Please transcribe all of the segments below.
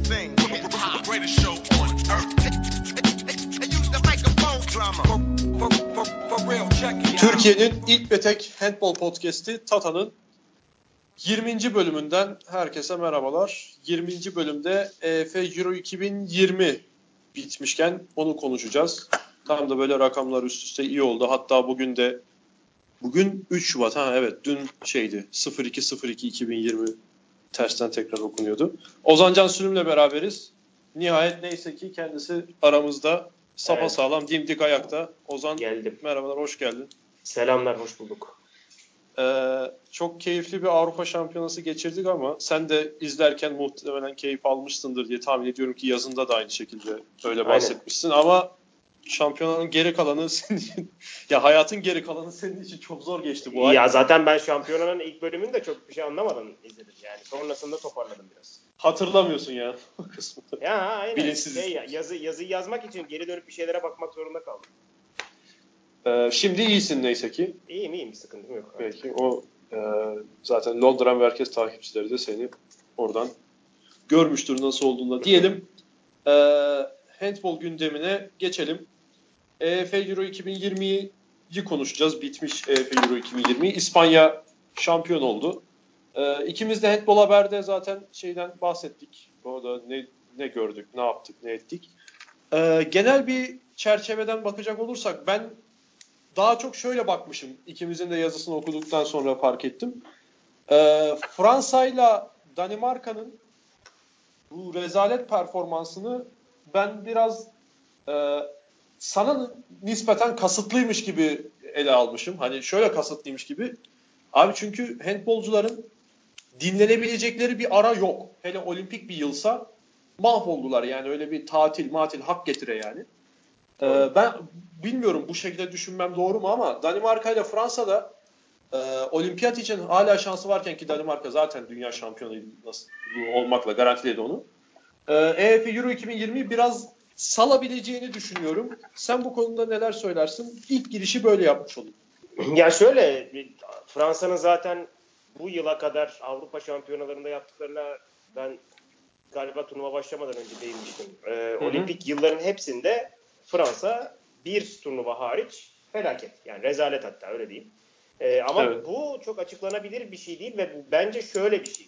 thing. Greatest show on earth. They use the microphone drama. For real, check it out. Türkiye'nin ilk ve tek handball podcast'i Tata'nın 20. bölümünden herkese merhabalar. 20. bölümde EF Euro 2020 bitmişken onu konuşacağız. Tam da böyle rakamlar üst üste iyi oldu. Hatta bugün 3 Şubat. Evet, dün 02.02.2020 tersten tekrar okunuyordu. Ozan Can Sürüm'le beraberiz. Nihayet neyse ki kendisi aramızda sapasağlam dimdik ayakta. Ozan, geldim. Merhabalar, hoş geldin. Selamlar, hoş bulduk. Çok keyifli bir Avrupa Şampiyonası geçirdik ama sen de izlerken muhtemelen keyif almışsındır diye tahmin ediyorum ki yazında da aynı şekilde öyle bahsetmişsin. Aynen. Ama şampiyonanın geri kalanı senin için, ya hayatın geri kalanı senin için çok zor geçti bu ay. Ya zaten ben şampiyonanın ilk bölümünü de çok bir şey anlamadan izledim yani. Sonrasında toparladım biraz. Hatırlamıyorsun yani o kısmı. Ya aynen. Bilinçsiz. Yazıyı yazmak için geri dönüp bir şeylere bakmak zorunda kaldım. Şimdi iyisin neyse ki. İyiyim, bir sıkıntım yok. Belki o zaten Londra merkez takipçileri de seni oradan görmüştür nasıl olduğunu diyelim. Handball gündemine geçelim. EF Euro 2020'yi konuşacağız. Bitmiş EF Euro 2020. İspanya şampiyon oldu. İkimiz de Handball Haber'de zaten şeyden bahsettik. Orada ne gördük, ne yaptık, ne ettik. Genel bir çerçeveden bakacak olursak ben daha çok şöyle bakmışım. İkimizin de yazısını okuduktan sonra fark ettim. Fransa'yla Danimarka'nın bu rezalet performansını ben biraz sana nispeten kasıtlıymış gibi ele almışım. Hani şöyle kasıtlıymış gibi. Abi çünkü handbolcuların dinlenebilecekleri bir ara yok. Hele olimpik bir yılsa mahvoldular. Yani öyle bir tatil hak getire yani. Ben bilmiyorum bu şekilde düşünmem doğru mu ama Danimarka ile Fransa'da olimpiyat için hala şansı varken ki Danimarka zaten dünya şampiyonu olmakla garantiledi onu. EF Euro 2020 biraz salabileceğini düşünüyorum. Sen bu konuda neler söylersin? İlk girişi böyle yapmış olayım. Ya şöyle, Fransa'nın zaten bu yıla kadar Avrupa şampiyonalarında yaptıklarına ben galiba turnuva başlamadan önce değinmiştim. Olimpik yılların hepsinde Fransa bir turnuva hariç felaket. Yani rezalet hatta öyle diyeyim. Ama evet, bu çok açıklanabilir bir şey değil ve bu bence şöyle bir şey.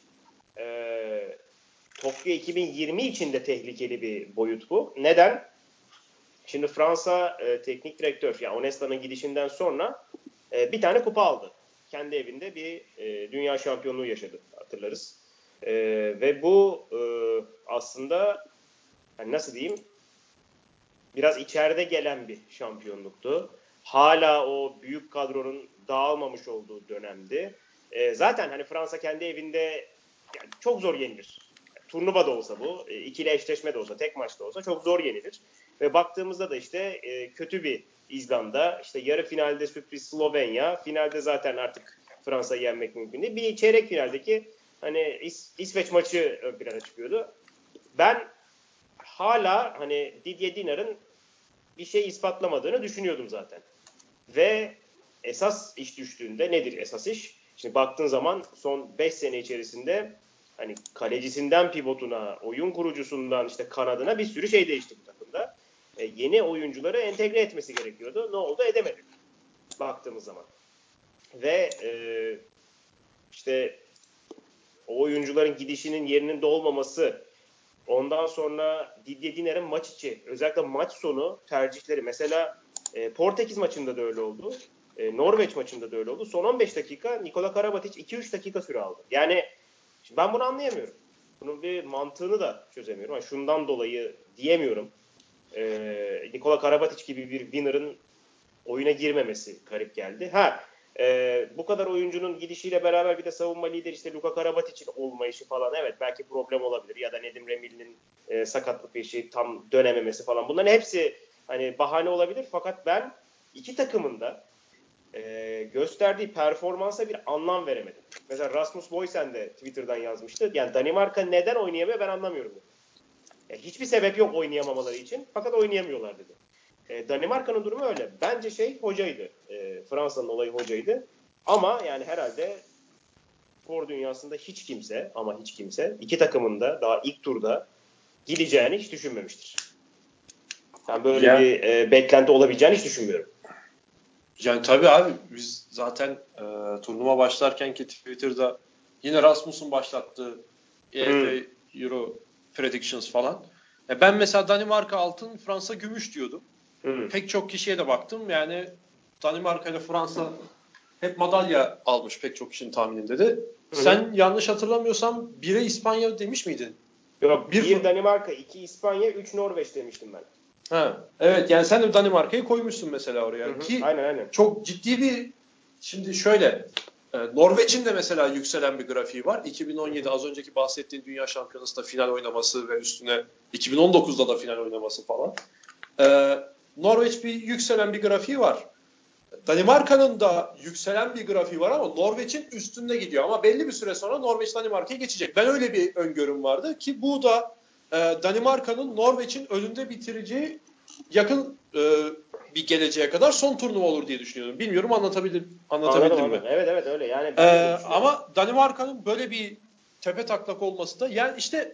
Tokyo 2020 için de tehlikeli bir boyut bu. Neden? Şimdi Fransa teknik direktör, yani Onesta'nın gidişinden sonra bir tane kupa aldı. Kendi evinde bir dünya şampiyonluğu yaşadı, hatırlarız. Ve bu aslında hani nasıl diyeyim, biraz içeride gelen bir şampiyonluktu. Hala o büyük kadronun dağılmamış olduğu dönemdi. Zaten hani Fransa kendi evinde yani çok zor yenilir. Turnuva da olsa bu, ikili eşleşme de olsa, tek maç da olsa çok zor yenilir. Ve baktığımızda da işte kötü bir İzlanda, işte yarı finalde sürpriz Slovenya, finalde zaten artık Fransa'yı yenmek mümkün değil. Bir çeyrek finaldeki hani İsveç maçı ön plana çıkıyordu. Ben hala hani Didier Dinard'ın bir şey ispatlamadığını düşünüyordum zaten. Ve esas iş düştüğünde nedir esas iş? Şimdi baktığın zaman son 5 sene içerisinde hani kalecisinden pivotuna, oyun kurucusundan işte kanadına bir sürü şey değişti bu takımda. Yeni oyuncuları entegre etmesi gerekiyordu. Ne oldu? Edemedi. Baktığımız zaman. Ve işte o oyuncuların gidişinin yerinin dolmaması, ondan sonra Didier Dinard'ın maç içi, özellikle maç sonu tercihleri. Mesela Portekiz maçında da öyle oldu. Norveç maçında da öyle oldu. Son 15 dakika Nikola Karabatic 2-3 dakika süre aldı. Yani ben bunu anlayamıyorum. Bunun bir mantığını da çözemiyorum. Yani şundan dolayı diyemiyorum. Nikola Karabatic gibi bir winner'ın oyuna girmemesi garip geldi. Bu kadar oyuncunun gidişiyle beraber bir de savunma lideri işte Luka Karabatic'in olmayışı falan, evet belki problem olabilir. Ya da Nedim Remil'in sakatlık peşi tam dönememesi falan. Bunların hepsi hani bahane olabilir. Fakat ben iki takımın da gösterdiği performansa bir anlam veremedim. Mesela Rasmus Boysen de Twitter'dan yazmıştı. Yani Danimarka neden oynayamıyor ben anlamıyorum dedi. Yani hiçbir sebep yok oynayamamaları için. Fakat oynayamıyorlar dedi. Danimarka'nın durumu öyle. Bence hocaydı. Fransa'nın olayı hocaydı. Ama yani herhalde spor dünyasında hiç kimse iki takımın da daha ilk turda gideceğini hiç düşünmemiştir. Yani böyle bir beklenti olabileceğini hiç düşünmüyorum. Yani tabii abi biz zaten turnuva başlarken ki Twitter'da yine Rasmus'un başlattığı EFA Euro Predictions falan. Ben mesela Danimarka altın, Fransa gümüş diyordum. Pek çok kişiye de baktım. Yani Danimarka ile Fransa hep madalya almış pek çok kişinin tahmininde de. Sen yanlış hatırlamıyorsam 1'e İspanya demiş miydin? Yok, 1 Danimarka, 2 İspanya, 3 Norveç demiştim ben. Ha, evet yani sen de Danimarka'yı koymuşsun mesela oraya. Ki aynen. çok ciddi bir, şimdi şöyle Norveç'in de mesela yükselen bir grafiği var. 2017 az önceki bahsettiğin Dünya Şampiyonası'nda final oynaması ve üstüne 2019'da da final oynaması falan. Norveç bir yükselen bir grafiği var. Danimarka'nın da yükselen bir grafiği var ama Norveç'in üstünde gidiyor. Ama belli bir süre sonra Norveç Danimarka'yı geçecek. Ben öyle bir öngörüm vardı ki bu da Danimarka'nın Norveç'in önünde bitireceği yakın bir geleceğe kadar son turnuva olur diye düşünüyorum. Bilmiyorum anlatabildim mi? Evet öyle. Yani ama Danimarka'nın böyle bir tepe taklak olması da yani işte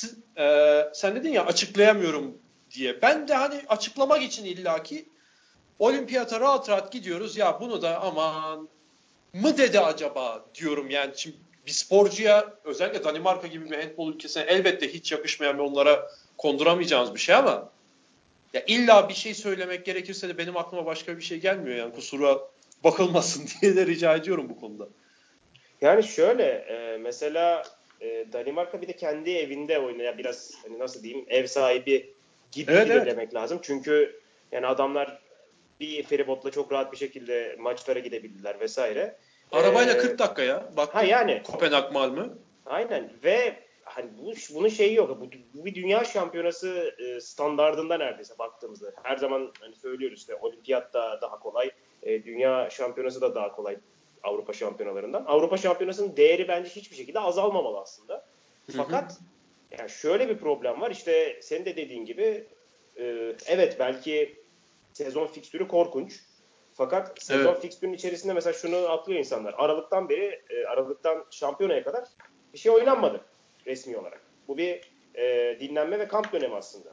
sen dedin ya açıklayamıyorum diye. Ben de hani açıklamak için illaki olimpiyata rahat rahat gidiyoruz. Ya bunu da aman mı dedi acaba diyorum yani. Şimdi bir sporcuya özellikle Danimarka gibi bir handbol ülkesine elbette hiç yakışmayan ve onlara konduramayacağımız bir şey ama ya illa bir şey söylemek gerekirse de benim aklıma başka bir şey gelmiyor yani kusura bakılmasın diye de rica ediyorum bu konuda. Yani şöyle mesela Danimarka bir de kendi evinde oynuyor. Biraz hani nasıl diyeyim, ev sahibi gibi demek lazım. Çünkü yani adamlar bir feribotla çok rahat bir şekilde maçlara gidebildiler vesaire. Arabayla 40 dakika ya. Baktım yani, Kopenhag Malmö. Aynen ve hani bunun şeyi yok. Bu bir dünya şampiyonası standardında neredeyse baktığımızda. Her zaman hani söylüyoruz işte olimpiyat da daha kolay, dünya şampiyonası da daha kolay Avrupa şampiyonalarından. Avrupa şampiyonasının değeri bence hiçbir şekilde azalmamalı aslında. Fakat yani şöyle bir problem var. İşte senin de dediğin gibi evet belki sezon fikstürü korkunç. Fakat sezon fikstürünün içerisinde mesela şunu atlıyor insanlar. Aralıktan şampiyonaya kadar bir şey oynanmadı resmi olarak. Bu bir dinlenme ve kamp dönemi aslında.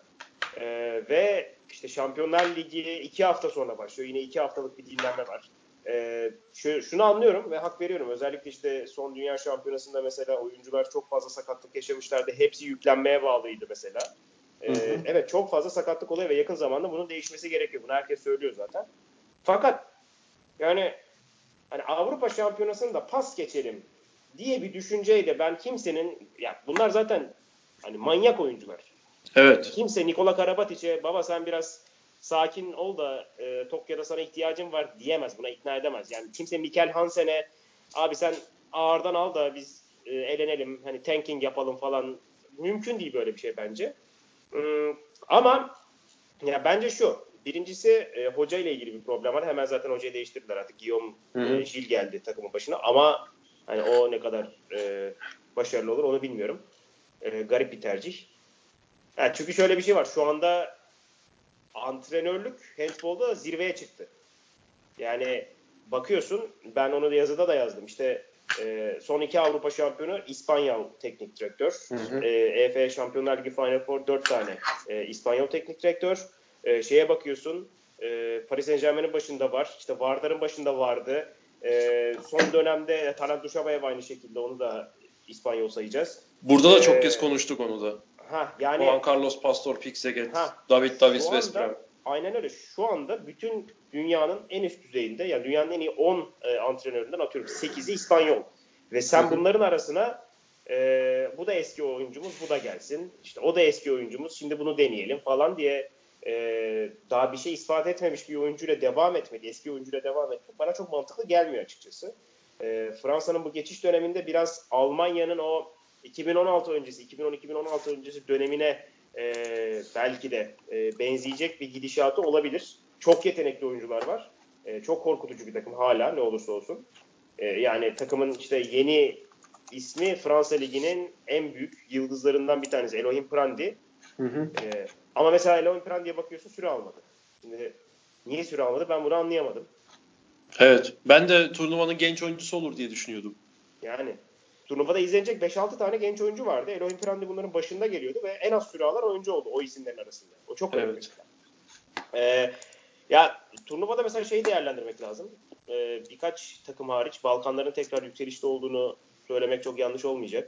Ve işte Şampiyonlar Ligi 2 hafta sonra başlıyor. Yine 2 haftalık bir dinlenme var. Şunu anlıyorum ve hak veriyorum. Özellikle işte son Dünya Şampiyonası'nda mesela oyuncular çok fazla sakatlık yaşamışlardı. Hepsi yüklenmeye bağlıydı mesela. Evet çok fazla sakatlık oluyor ve yakın zamanda bunun değişmesi gerekiyor. Bunu herkes söylüyor zaten. Fakat yani hani Avrupa Şampiyonası'nı da pas geçelim diye bir düşünceyle ben kimsenin, ya bunlar zaten hani manyak oyuncular. Evet. Kimse Nikola Karabatic'e baba sen biraz sakin ol da Tokyo'da sana ihtiyacım var diyemez. Buna ikna edemez. Yani kimse Mikkel Hansen'e abi sen ağırdan al da biz elenelim hani tanking yapalım falan, mümkün değil böyle bir şey bence. Ama ya bence şu. Birincisi hoca ile ilgili bir problem var. Hemen zaten hocayı değiştirdiler artık. Guillaume Gilles geldi takımın başına. Ama hani o ne kadar başarılı olur onu bilmiyorum. Garip bir tercih. Yani çünkü şöyle bir şey var. Şu anda antrenörlük handbolda zirveye çıktı. Yani bakıyorsun, ben onu da yazıda da yazdım. İşte son 2 Avrupa şampiyonu İspanyol teknik direktör. EFA Şampiyonlar Ligi Final Four 4 tane İspanyol teknik direktör. Şeye bakıyorsun, Paris Saint-Germain'in başında var. İşte Vardar'ın başında vardı. Son dönemde Talant Duşabayev aynı şekilde, onu da İspanyol sayacağız. Burada da çok kez konuştuk onu da. Yani Juan Carlos Pastor Pixeget, David Davis Vesprem. Aynen öyle. Şu anda bütün dünyanın en üst düzeyinde, yani dünyanın en iyi 10 antrenöründen atıyorum 8'i İspanyol. Ve sen bunların arasına bu da eski oyuncumuz, bu da gelsin. İşte o da eski oyuncumuz, şimdi bunu deneyelim falan diye daha bir şey ispat etmemiş bir oyuncuyla devam etmek, eski oyuncuyla devam etmek bana çok mantıklı gelmiyor açıkçası. Fransa'nın bu geçiş döneminde biraz Almanya'nın o 2016 öncesi, 2010-2016 öncesi dönemine belki de benzeyecek bir gidişatı olabilir. Çok yetenekli oyuncular var. Çok korkutucu bir takım hala, ne olursa olsun. Yani takımın işte yeni ismi Fransa Ligi'nin en büyük yıldızlarından bir tanesi. Elohim Prandi. Ama mesela Elohim Prandi'ye bakıyorsun, süre almadı. Şimdi niye süre almadı ben bunu anlayamadım. Evet. Ben de turnuvanın genç oyuncusu olur diye düşünüyordum. Yani turnuvada izlenecek 5-6 tane genç oyuncu vardı. Elohim Prandi bunların başında geliyordu ve en az süre alan oyuncu oldu o isimlerin arasında. O çok önemli. Ya turnuvada mesela şeyi değerlendirmek lazım. Birkaç takım hariç Balkanların tekrar yükselişte olduğunu söylemek çok yanlış olmayacak.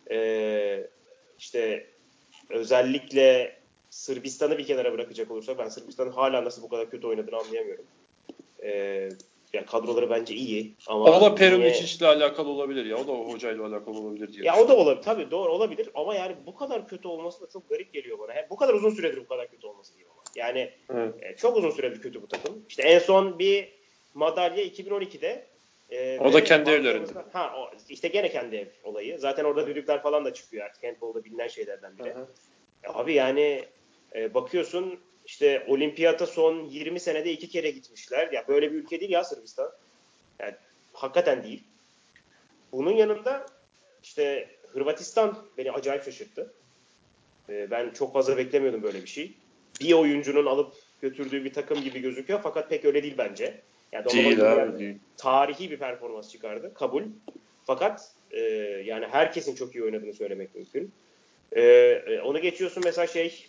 İşte özellikle Sırbistan'ı bir kenara bırakacak olursak ben Sırbistan'ın hala nasıl bu kadar kötü oynadığını anlayamıyorum. Yani kadroları bence iyi ama o da Perunicic'le alakalı olabilir ya. O da o hocayla alakalı olabilir diye. Ya o da olabilir. Tabii doğru olabilir ama yani bu kadar kötü olması da çok garip geliyor bana. Bu kadar uzun süredir bu kadar kötü olması diyeyim ama. Yani çok uzun süredir kötü bu takım. İşte en son bir madalya 2012'de o da kendi evlerinde. İşte gene kendi ev olayı. Zaten orada düdükler falan da çıkıyor artık. Handball'da bilinen şeylerden biri. Abi yani bakıyorsun işte olimpiyata son 20 senede 2 kere gitmişler. Ya böyle bir ülke değil ya Sırbistan. Yani hakikaten değil. Bunun yanında işte Hırvatistan beni acayip şaşırttı. Ben çok fazla beklemiyordum böyle bir şey. Bir oyuncunun alıp götürdüğü bir takım gibi gözüküyor fakat pek öyle değil bence. Yani Değil. Tarihi bir performans çıkardı. Kabul. Fakat yani herkesin çok iyi oynadığını söylemek mümkün. Onu geçiyorsun mesela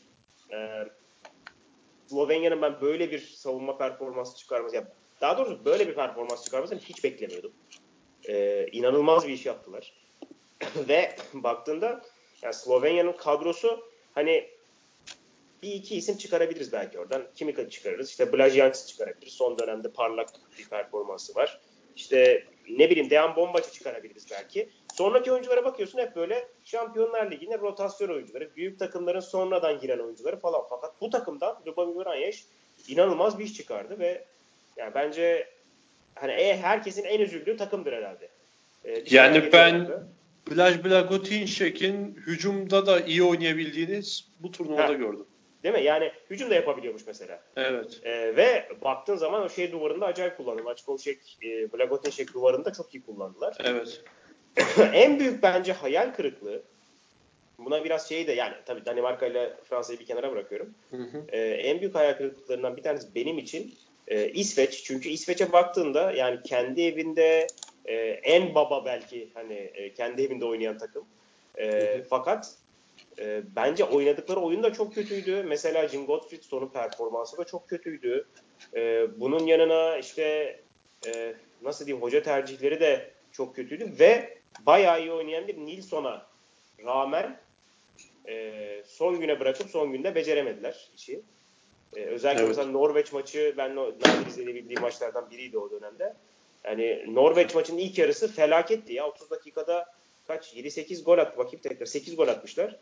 Slovenya'nın ben böyle bir savunma performansı çıkarması, yani daha doğrusu böyle bir performans çıkarmasını hiç beklemiyordum. İnanılmaz bir iş yaptılar. Ve baktığında yani Slovenya'nın kadrosu hani bir iki isim çıkarabiliriz belki oradan. Kimi çıkarırız? İşte Blažić çıkarabiliriz. Son dönemde parlak bir performansı var. İşte ne bileyim Dejan Bombac'ı çıkarabiliriz belki. Sonraki oyunculara bakıyorsun hep böyle Şampiyonlar Ligi'nin rotasyon oyuncuları. Büyük takımların sonradan giren oyuncuları falan. Fakat bu takımdan Ljubomir Vranjes inanılmaz bir iş çıkardı ve yani bence hani herkesin en üzüldüğü takımdır herhalde. Yani ben Blagotinšek'in hücumda da iyi oynayabildiğini bu turnuvada gördüm. Değil mi? Yani hücum da yapabiliyormuş mesela. Evet. Ve baktığın zaman o duvarında acayip kullandı. Maçkovšek, Blagotinšek duvarında çok iyi kullandılar. Evet. En büyük bence hayal kırıklığı buna biraz de yani tabii Danimarka ile Fransa'yı bir kenara bırakıyorum. En büyük hayal kırıklıklarından bir tanesi benim için İsveç. Çünkü İsveç'e baktığında yani kendi evinde en baba belki hani kendi evinde oynayan takım. Fakat bence oynadıkları oyun da çok kötüydü. Mesela Jim Gottfriedsson'un performansı da çok kötüydü. Bunun yanına işte nasıl diyeyim hoca tercihleri de çok kötüydü ve bayağı iyi oynayan bir Nilsson'a rağmen son güne bırakıp son günde beceremediler işi. Özellikle mesela Norveç maçı ben nadir izleyebildiğim maçlardan biriydi o dönemde. Yani Norveç maçının ilk yarısı felaketti ya. 30 dakikada 7-8 gol attı. Bakayım tekrar 8 gol atmışlar.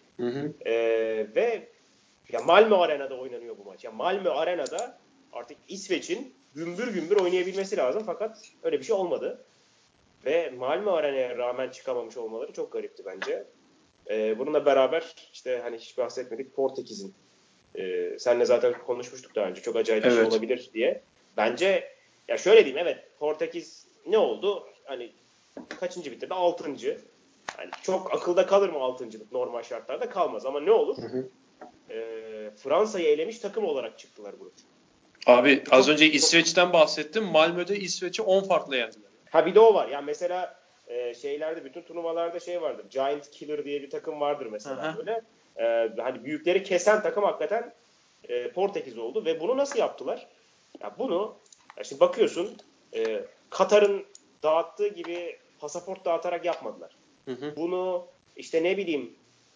Ve ya Malmö Arena'da oynanıyor bu maç. Ya Malmö Arena'da artık İsveç'in gümbür gümbür oynayabilmesi lazım fakat öyle bir şey olmadı. Ve Malmö Arena'ya rağmen çıkamamış olmaları çok garipti bence. Bununla beraber işte hani hiç bahsetmedik Portekiz'in seninle zaten konuşmuştuk daha önce çok acayip bir şey olabilir diye. Bence ya şöyle diyeyim evet Portekiz ne oldu? Hani kaçıncı bitirdi? 6. Yani çok akılda kalır mı 6.'lık normal şartlarda? Kalmaz ama ne olur? Fransa'yı elemiş takım olarak çıktılar grupta. Abi az önce İsveç'ten bahsettim. Malmö'de İsveç'i 10 farklı yendiler. Ha bir de o var. Yani mesela şeylerde bütün turnuvalarda vardır. Giant Killer diye bir takım vardır mesela böyle. Hani büyükleri kesen takım hakikaten Portekiz oldu ve bunu nasıl yaptılar? Ya bunu şimdi bakıyorsun Katar'ın dağıttığı gibi pasaport dağıtarak yapmadılar. Bunu işte ne bileyim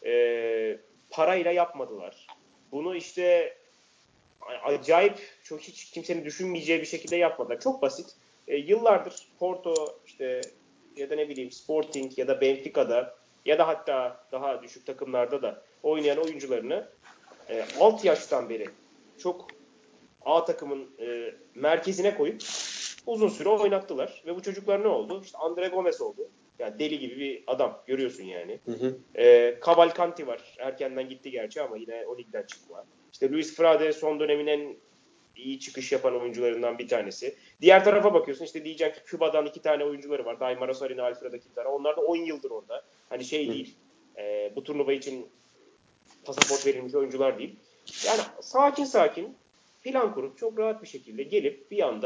parayla yapmadılar. Bunu işte acayip çok hiç kimsenin düşünmeyeceği bir şekilde yapmadılar. Çok basit. Yıllardır Porto işte ya da ne bileyim Sporting ya da Benfica'da ya da hatta daha düşük takımlarda da oynayan oyuncularını alt yaştan beri çok A takımın merkezine koyup uzun süre oynattılar. Ve bu çocuklar ne oldu? İşte Andre Gomes oldu. Yani deli gibi bir adam. Görüyorsun yani. Cavalcanti var. Erkenden gitti gerçi ama yine o ligden çıkma. İşte Luis Frade son dönemin en iyi çıkış yapan oyuncularından bir tanesi. Diğer tarafa bakıyorsun işte diyeceksin ki Küba'dan 2 tane oyuncuları var. Daimar Sarina, Alfredo Quintana. Onlar da 10 yıldır orada. Hani değil. Bu turnuva için pasaport verilmiş oyuncular değil. Yani sakin plan kurup çok rahat bir şekilde gelip bir anda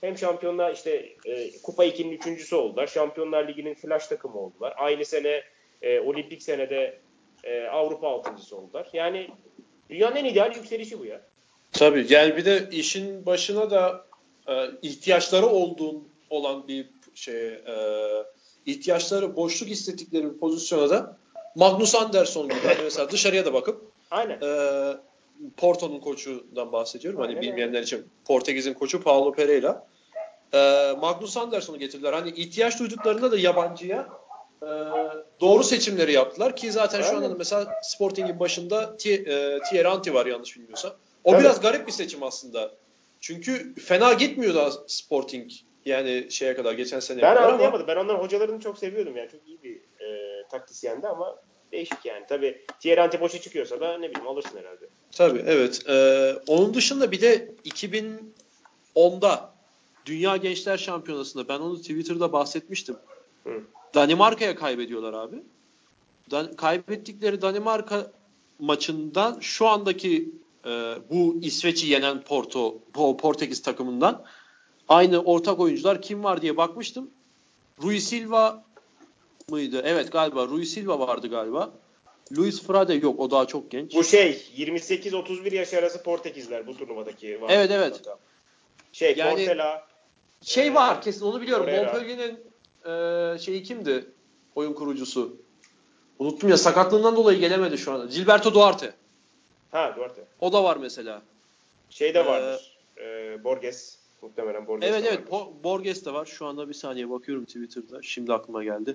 hem Şampiyonlar işte Kupa 2'nin üçüncüsü oldular. Şampiyonlar Ligi'nin flash takımı oldular. Aynı sene olimpik senede Avrupa altıncısı oldular. Yani dünyanın en ideal yükselişi bu ya. Tabii yani bir de işin başına da ihtiyaçları olan bir ihtiyaçları boşluk hissettikleri bir pozisyona da Magnus Andersson gibi hani mesela dışarıya da bakıp Aynen. Porto'nun koçundan bahsediyorum. Aynen, Hani bilmeyenler için Portekiz'in koçu Paulo Pereira. Magnus Andersson'u getirdiler. Hani ihtiyaç duyduklarında da yabancıya doğru seçimleri yaptılar ki zaten şu anda da mesela Sporting'in başında Thierry Henry var yanlış bilmiyorsam. O Tabii. biraz garip bir seçim aslında. Çünkü fena gitmiyordu Sporting yani şeye kadar geçen seneye Ben kadar anlayamadım. Ben onların hocalarını çok seviyordum yani. Çok iyi bir taktisyendi ama değişik yani. Tabii Thierry Henry boşa çıkıyorsa da ne bileyim alırsın herhalde. Tabii evet. Onun dışında bir de 2010'da Dünya Gençler Şampiyonası'nda ben onu Twitter'da bahsetmiştim. Danimarka'ya kaybediyorlar abi. Kaybettikleri Danimarka maçından şu andaki bu İsveç'i yenen Portekiz takımından aynı ortak oyuncular kim var diye bakmıştım. Rui Silva mıydı? Evet galiba Rui Silva vardı galiba. Luis Frade yok o daha çok genç. Bu 28-31 yaş arası Portekizler bu turnuvadaki var. Evet. Yani, Portela var kesin onu biliyorum. Moreira. Montpellier'in kimdi? Oyun kurucusu. Unuttum ya sakatlığından dolayı gelemedi şu anda. Gilberto Duarte. Duarte. O da var mesela. De vardır. Borges. Muhtemelen Borges de vardır. Evet Borges de var. Şu anda bir saniye bakıyorum Twitter'da. Şimdi aklıma geldi.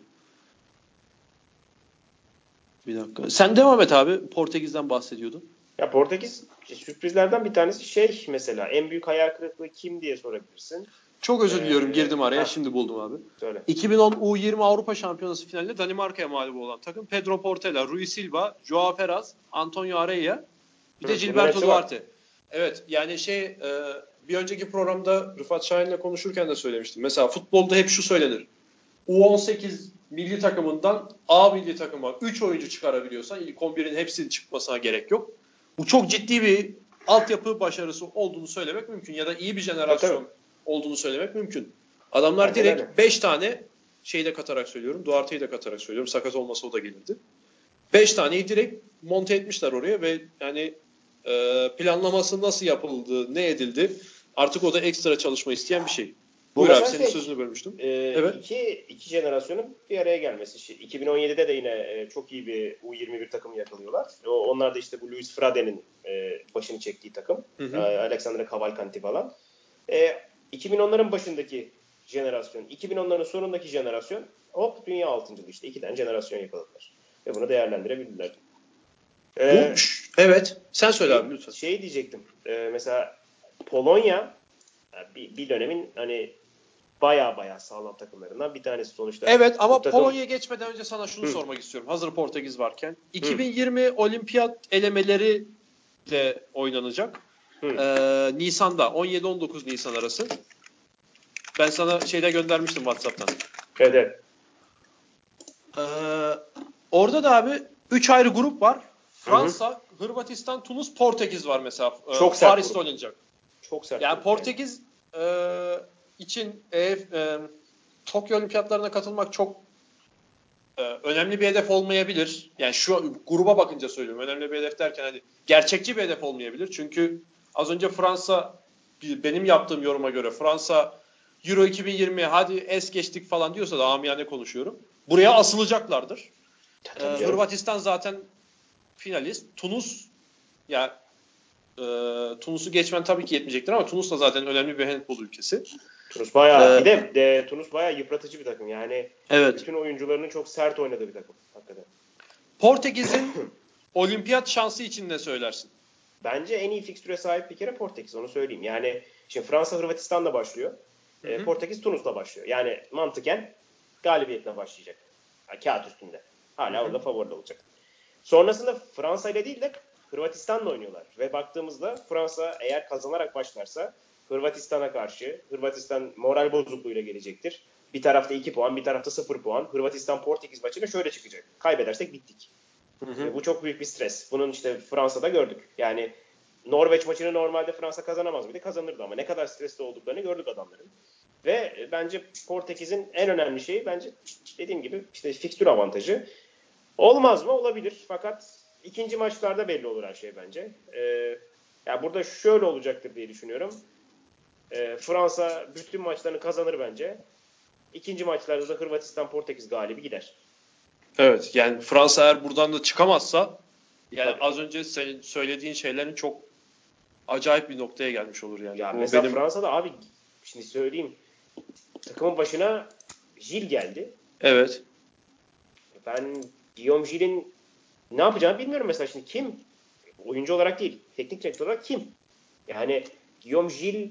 Bir dakika. Sen devam et abi. Portekiz'den bahsediyordun. Ya Portekiz sürprizlerden bir tanesi mesela en büyük hayal kırıklığı kim diye sorabilirsin. Çok özür diliyorum girdim araya. Şimdi buldum abi. Söyle. 2010 U20 Avrupa Şampiyonası finalinde Danimarka'ya mağlup olan takım Pedro Portela, Rui Silva, Joao Feraz, Antonio Araya bir de Gilberto Duarte. Evet yani bir önceki programda Rıfat Şahin'le konuşurken de söylemiştim. Mesela futbolda hep şu söylenir. U18 milli takımından A milli takıma 3 oyuncu çıkarabiliyorsan ilk 11'in hepsinin çıkmasına gerek yok. Bu çok ciddi bir altyapı başarısı olduğunu söylemek mümkün ya da iyi bir jenerasyon olduğunu söylemek mümkün. Adamlar direkt 5 tane de katarak söylüyorum. Duarte'yi de katarak söylüyorum. Sakat olmasa o da gelirdi. 5 taneyi direkt monte etmişler oraya ve yani planlaması nasıl yapıldı, ne edildi artık o da ekstra çalışma isteyen bir şey. Buyur abi senin sözünü bölmüştüm. Evet. İki jenerasyonun bir araya gelmesi. 2017'de de yine çok iyi bir U21 takımı yakalıyorlar. Onlar da işte bu Luis Frade'nin başını çektiği takım. Alexandre Cavalcanti falan. 2010'ların başındaki jenerasyon, 2010'ların sonundaki jenerasyon hop dünya altıncılığı işte. 2 tane jenerasyon yakaladılar. Ve bunu değerlendirebildiler. Evet. Sen söyle abi lütfen. Diyecektim. Mesela Polonya bir dönemin hani baya sağlam takımlarından bir tanesi sonuçta. Evet ama Polonya'ya geçmeden önce sana şunu sormak istiyorum. Hazır Portekiz varken. 2020 olimpiyat elemeleri de oynanacak. Nisan'da 17-19 Nisan arası. Ben sana göndermiştim WhatsApp'tan. Evet. Orada da abi 3 ayrı grup var. Fransa, Hırvatistan, Tunus, Portekiz var mesela. Çok sert Paris'te grup. oynanacak. Çok sert. Yani Portekiz için Tokyo Olimpiyatlarına katılmak çok önemli bir hedef olmayabilir. Yani şu gruba bakınca söylüyorum. Önemli bir hedef derken hani gerçekçi bir hedef olmayabilir. Çünkü az önce Fransa benim yaptığım yoruma göre Fransa Euro 2020 hadi es geçtik falan diyorsa da amiyane konuşuyorum. Buraya asılacaklardır. Hırvatistan zaten finalist. Tunus Tunus'u geçmen tabii ki yetmeyecektir ama Tunus da zaten önemli bir handbol ülkesi. Tunus bayağı Tunus bayağı yıpratıcı bir takım. Yani evet. Bütün oyuncularının çok sert oynadığı bir takım hakikaten. Portekiz'in olimpiyat şansı için ne söylersin? Bence en iyi fikstüre sahip bir kere Portekiz onu söyleyeyim. Yani şimdi Fransa Hırvatistan'la başlıyor. Portekiz Tunus'la başlıyor. Yani mantıken galibiyetle başlayacak. Kağıt üstünde. Hala orada favori olacak. Sonrasında Fransa ile değil de Hırvatistan'la oynuyorlar. Ve baktığımızda Fransa eğer kazanarak başlarsa Hırvatistan'a karşı Hırvatistan moral bozukluğuyla gelecektir. Bir tarafta 2 puan, bir tarafta 0 puan. Hırvatistan-Portekiz maçına şöyle çıkacak. Kaybedersek bittik. Bu çok büyük bir stres. Bunun işte Fransa'da gördük. Yani Norveç maçını normalde Fransa kazanamaz mıydı? Kazanırdı ama ne kadar stresli olduklarını gördük adamların. Ve bence Portekiz'in en önemli şeyi bence dediğim gibi işte fikstür avantajı. Olmaz mı? Olabilir. Fakat ikinci maçlarda belli olur her şey bence. Ya burada şöyle olacaktır diye düşünüyorum. Fransa bütün maçlarını kazanır bence. İkinci maçlarda da Hırvatistan Portekiz galibi gider. Evet, yani Fransa eğer buradan da çıkamazsa yani Tabii. az önce senin söylediğin şeylerin çok acayip bir noktaya gelmiş olur yani. Ya Bu mesela benim... Fransa'da abi şimdi söyleyeyim takımın başına Gilles geldi. Evet. Ben Guillaume Gilles'in ne yapacağını bilmiyorum mesela şimdi kim? Oyuncu olarak değil, teknik direktör olarak kim? Yani Guillaume Gilles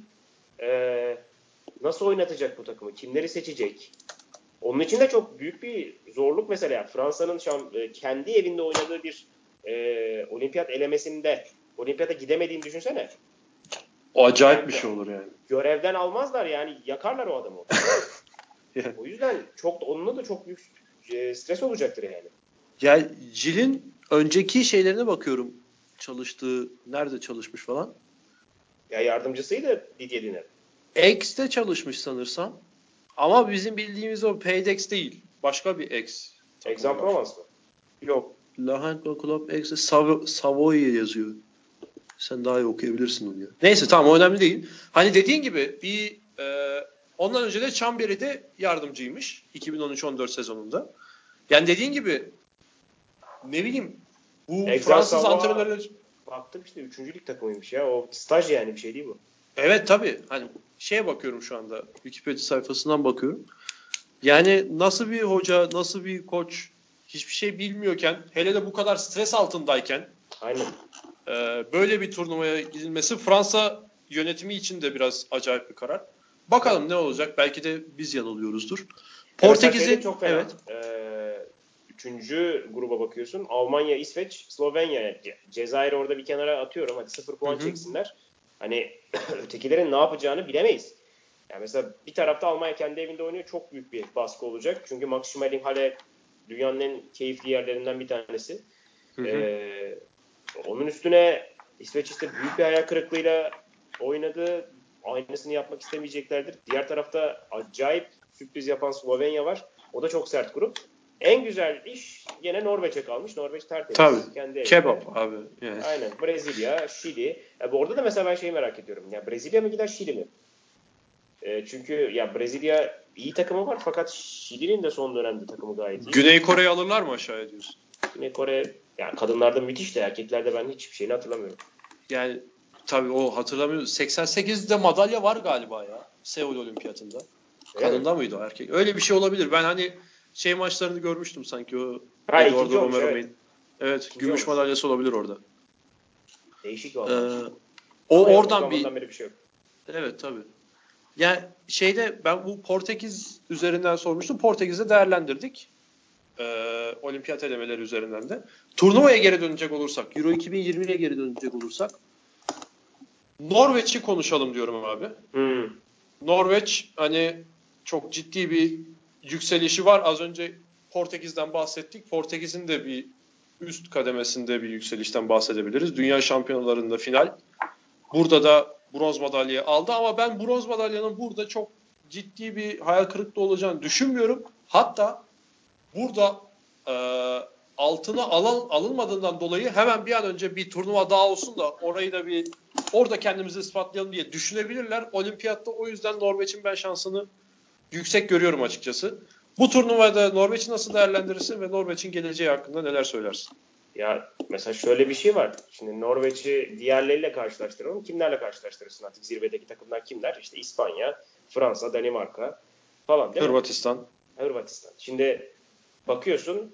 nasıl oynatacak bu takımı? Kimleri seçecek? Onun için de çok büyük bir zorluk mesela. Fransa'nın kendi evinde oynadığı bir olimpiyat elemesinde olimpiyata gidemediğini düşünsene. O acayip bir şey olur yani. Görevden almazlar yani yakarlar o adamı. O yüzden onunla da çok büyük stres olacaktır yani. Ya Jill'in önceki şeylerine bakıyorum. Çalıştığı, nerede çalışmış falan. Ya yardımcısıydı Didier Deschamps. X'te çalışmış sanırsam. Ama bizim bildiğimiz o Paydex değil. Başka bir X. Aix-en-Provence mı? Yok. La Handball Club X'te Savoy yazıyor. Sen daha iyi okuyabilirsin onu ya. Neyse tamam, o önemli değil. Hani dediğin gibi ondan önce de Chambéry'de yardımcıymış. 2013-14 sezonunda. Yani dediğin gibi ne bileyim bu Fransız antrenörler... Baktım işte 3. lig takımıymış ya. O staj yani bir şey değil bu. Evet tabii. Hani şeye bakıyorum şu anda. Wikipedia sayfasından bakıyorum. Yani nasıl bir hoca, nasıl bir koç hiçbir şey bilmiyorken, hele de bu kadar stres altındayken Aynen. böyle bir turnuvaya gidilmesi Fransa yönetimi için de biraz acayip bir karar. Bakalım evet, ne olacak? Belki de biz yanılıyoruzdur. Portekiz'in çok fena. evet. Üçüncü gruba bakıyorsun. Almanya, İsveç, Slovenya. Cezayir orada bir kenara atıyorum. Hadi 0 puan çeksinler. Hani ötekilerin ne yapacağını bilemeyiz. Yani mesela bir tarafta Almanya kendi evinde oynuyor. Çok büyük bir baskı olacak. Çünkü Max Schmeling dünyanın en keyifli yerlerinden bir tanesi. Onun üstüne İsveç işte büyük bir hayal kırıklığıyla oynadı. Aynısını yapmak istemeyeceklerdir. Diğer tarafta acayip sürpriz yapan Slovenya var. O da çok sert grup. En güzel iş yine Norveç'e kalmış. Norveç tertemiz. Tabii. Kendi evinde. Kebap abi. Yani. Aynen. Brezilya, Şili. Orada da mesela ben şeyi merak ediyorum. Ya Brezilya mı gider, Şili mi? Çünkü ya Brezilya iyi takımı var fakat Şili'nin de son dönemde takımı gayet iyi. Güney Kore'yi alırlar mı aşağıya diyorsun? Güney Kore yani kadınlarda müthiş de erkeklerde ben hiçbir şeyini hatırlamıyorum. Yani tabii o hatırlamıyorum. 88'de madalya var galiba ya. Seul Olimpiyatında. Kadında mıydı o erkek? Öyle bir şey olabilir. Ben hani şey maçlarını görmüştüm sanki o Eduardo Romero'nun. Evet, gümüş olmuş. Madalyası olabilir orada. Değişik vallahi. O oradan beri bir şey yok. Evet tabii. Yani şeyde ben bu Portekiz üzerinden sormuştum. Portekiz'de değerlendirdik. Olimpiyat elemeleri üzerinden de. Turnuvaya geri dönecek olursak, Euro 2020'ye geri dönecek olursak Norveç'i konuşalım diyorum abi. Norveç hani çok ciddi bir yükselişi var. Az önce Portekiz'den bahsettik. Portekiz'in de bir üst kademesinde bir yükselişten bahsedebiliriz. Dünya şampiyonalarında final. Burada da bronz madalyayı aldı ama ben bronz madalyanın burada çok ciddi bir hayal kırıklığı olacağını düşünmüyorum. Hatta burada altına alınmadığından dolayı hemen bir an önce bir turnuva daha olsun da orayı da bir orada kendimizi ispatlayalım diye düşünebilirler. Olimpiyatta o yüzden Norveç'in ben şansını yüksek görüyorum açıkçası. Bu turnuvada Norveç'i nasıl değerlendirirsin ve Norveç'in geleceği hakkında neler söylersin? Ya mesela şöyle bir şey var. Şimdi Norveç'i diğerleriyle karşılaştıralım. Kimlerle karşılaştırırsın artık zirvedeki takımlar kimler? İşte İspanya, Fransa, Danimarka falan değil mi? Hırvatistan. Şimdi bakıyorsun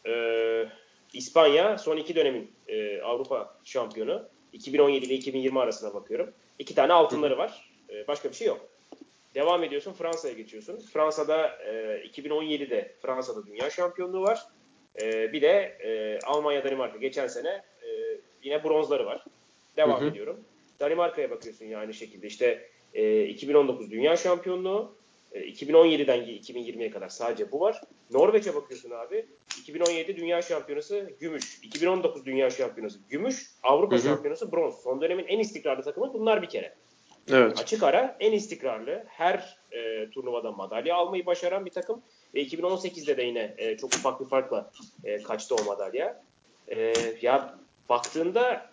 İspanya son 2 dönemin Avrupa şampiyonu. 2017 ile 2020 arasına bakıyorum. 2 tane altınları var. Başka bir şey yok. Devam ediyorsun Fransa'ya geçiyorsun. Fransa'da 2017'de Fransa'da dünya şampiyonluğu var. Bir de Almanya, Danimarka geçen sene yine bronzları var. Devam ediyorum. Danimarka'ya bakıyorsun ya aynı şekilde. İşte 2019 dünya şampiyonluğu. 2017'den 2020'ye kadar sadece bu var. Norveç'e bakıyorsun abi. 2017 Dünya Şampiyonası gümüş. 2019 Dünya Şampiyonası gümüş. Avrupa Şampiyonası bronz. Son dönemin en istikrarlı takımı bunlar bir kere. Evet. Açık ara en istikrarlı, her turnuvada madalya almayı başaran bir takım. Ve 2018'de de yine çok ufak bir farkla kaçtı o madalya. Ya baktığında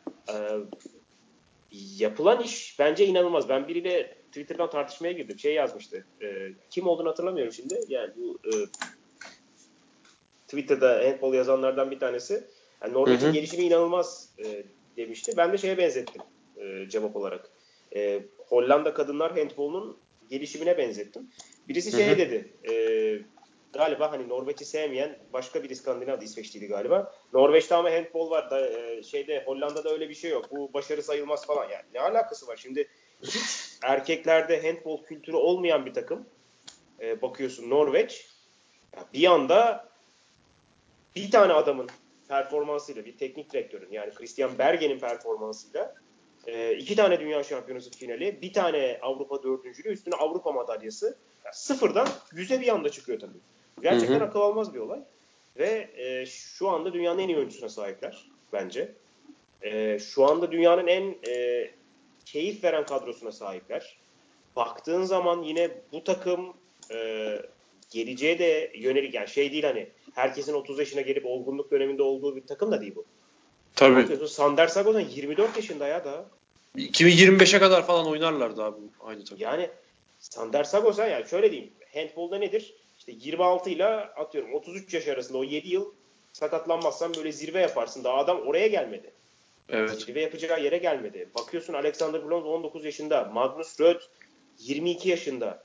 yapılan iş bence inanılmaz. Ben biriyle Twitter'dan tartışmaya girdim. Şey yazmıştı. Kim olduğunu hatırlamıyorum şimdi. Yani bu Twitter'da handball yazanlardan bir tanesi. Yani Norveç'in gelişimi inanılmaz demişti. Ben de şeye benzettim cevap olarak. Hollanda kadınlar handball'unun gelişimine benzettim. Birisi şey dedi. Galiba hani Norveç'i sevmeyen başka bir İskandinav, İsveçliydi galiba. Norveç'te ama handball var. Hollanda'da öyle bir şey yok. Bu başarı sayılmaz falan. Yani ne alakası var? Şimdi hiç erkeklerde handball kültürü olmayan bir takım. Bakıyorsun Norveç. Bir anda bir tane adamın performansıyla, bir teknik direktörün yani Christian Berge'nin performansıyla 2 tane Dünya Şampiyonası finali, bir tane Avrupa dördüncülüğü, üstüne Avrupa madalyası. Yani sıfırdan 100'e bir anda çıkıyor tabii. Gerçekten akıl almaz bir olay. Ve şu anda dünyanın en iyi oyuncusuna sahipler bence. Şu anda dünyanın en keyif veren kadrosuna sahipler. Baktığın zaman yine bu takım geleceğe de yönelik, yani şey değil, hani herkesin 30 yaşına gelip olgunluk döneminde olduğu bir takım da değil bu. Tabii. Bakıyorsun Sander Sagosen 24 yaşında ya da. 2025'e kadar falan oynarlardı abi aynı takım. Yani Sander Sagosen, yani şöyle diyeyim, handball'da nedir? İşte 26 ile atıyorum 33 yaş arasında o 7 yıl sakatlanmazsan böyle zirve yaparsın. Daha adam oraya gelmedi. Evet. Zirve yapacağı yere gelmedi. Bakıyorsun Alexander Blom 19 yaşında. Magnus Röth 22 yaşında.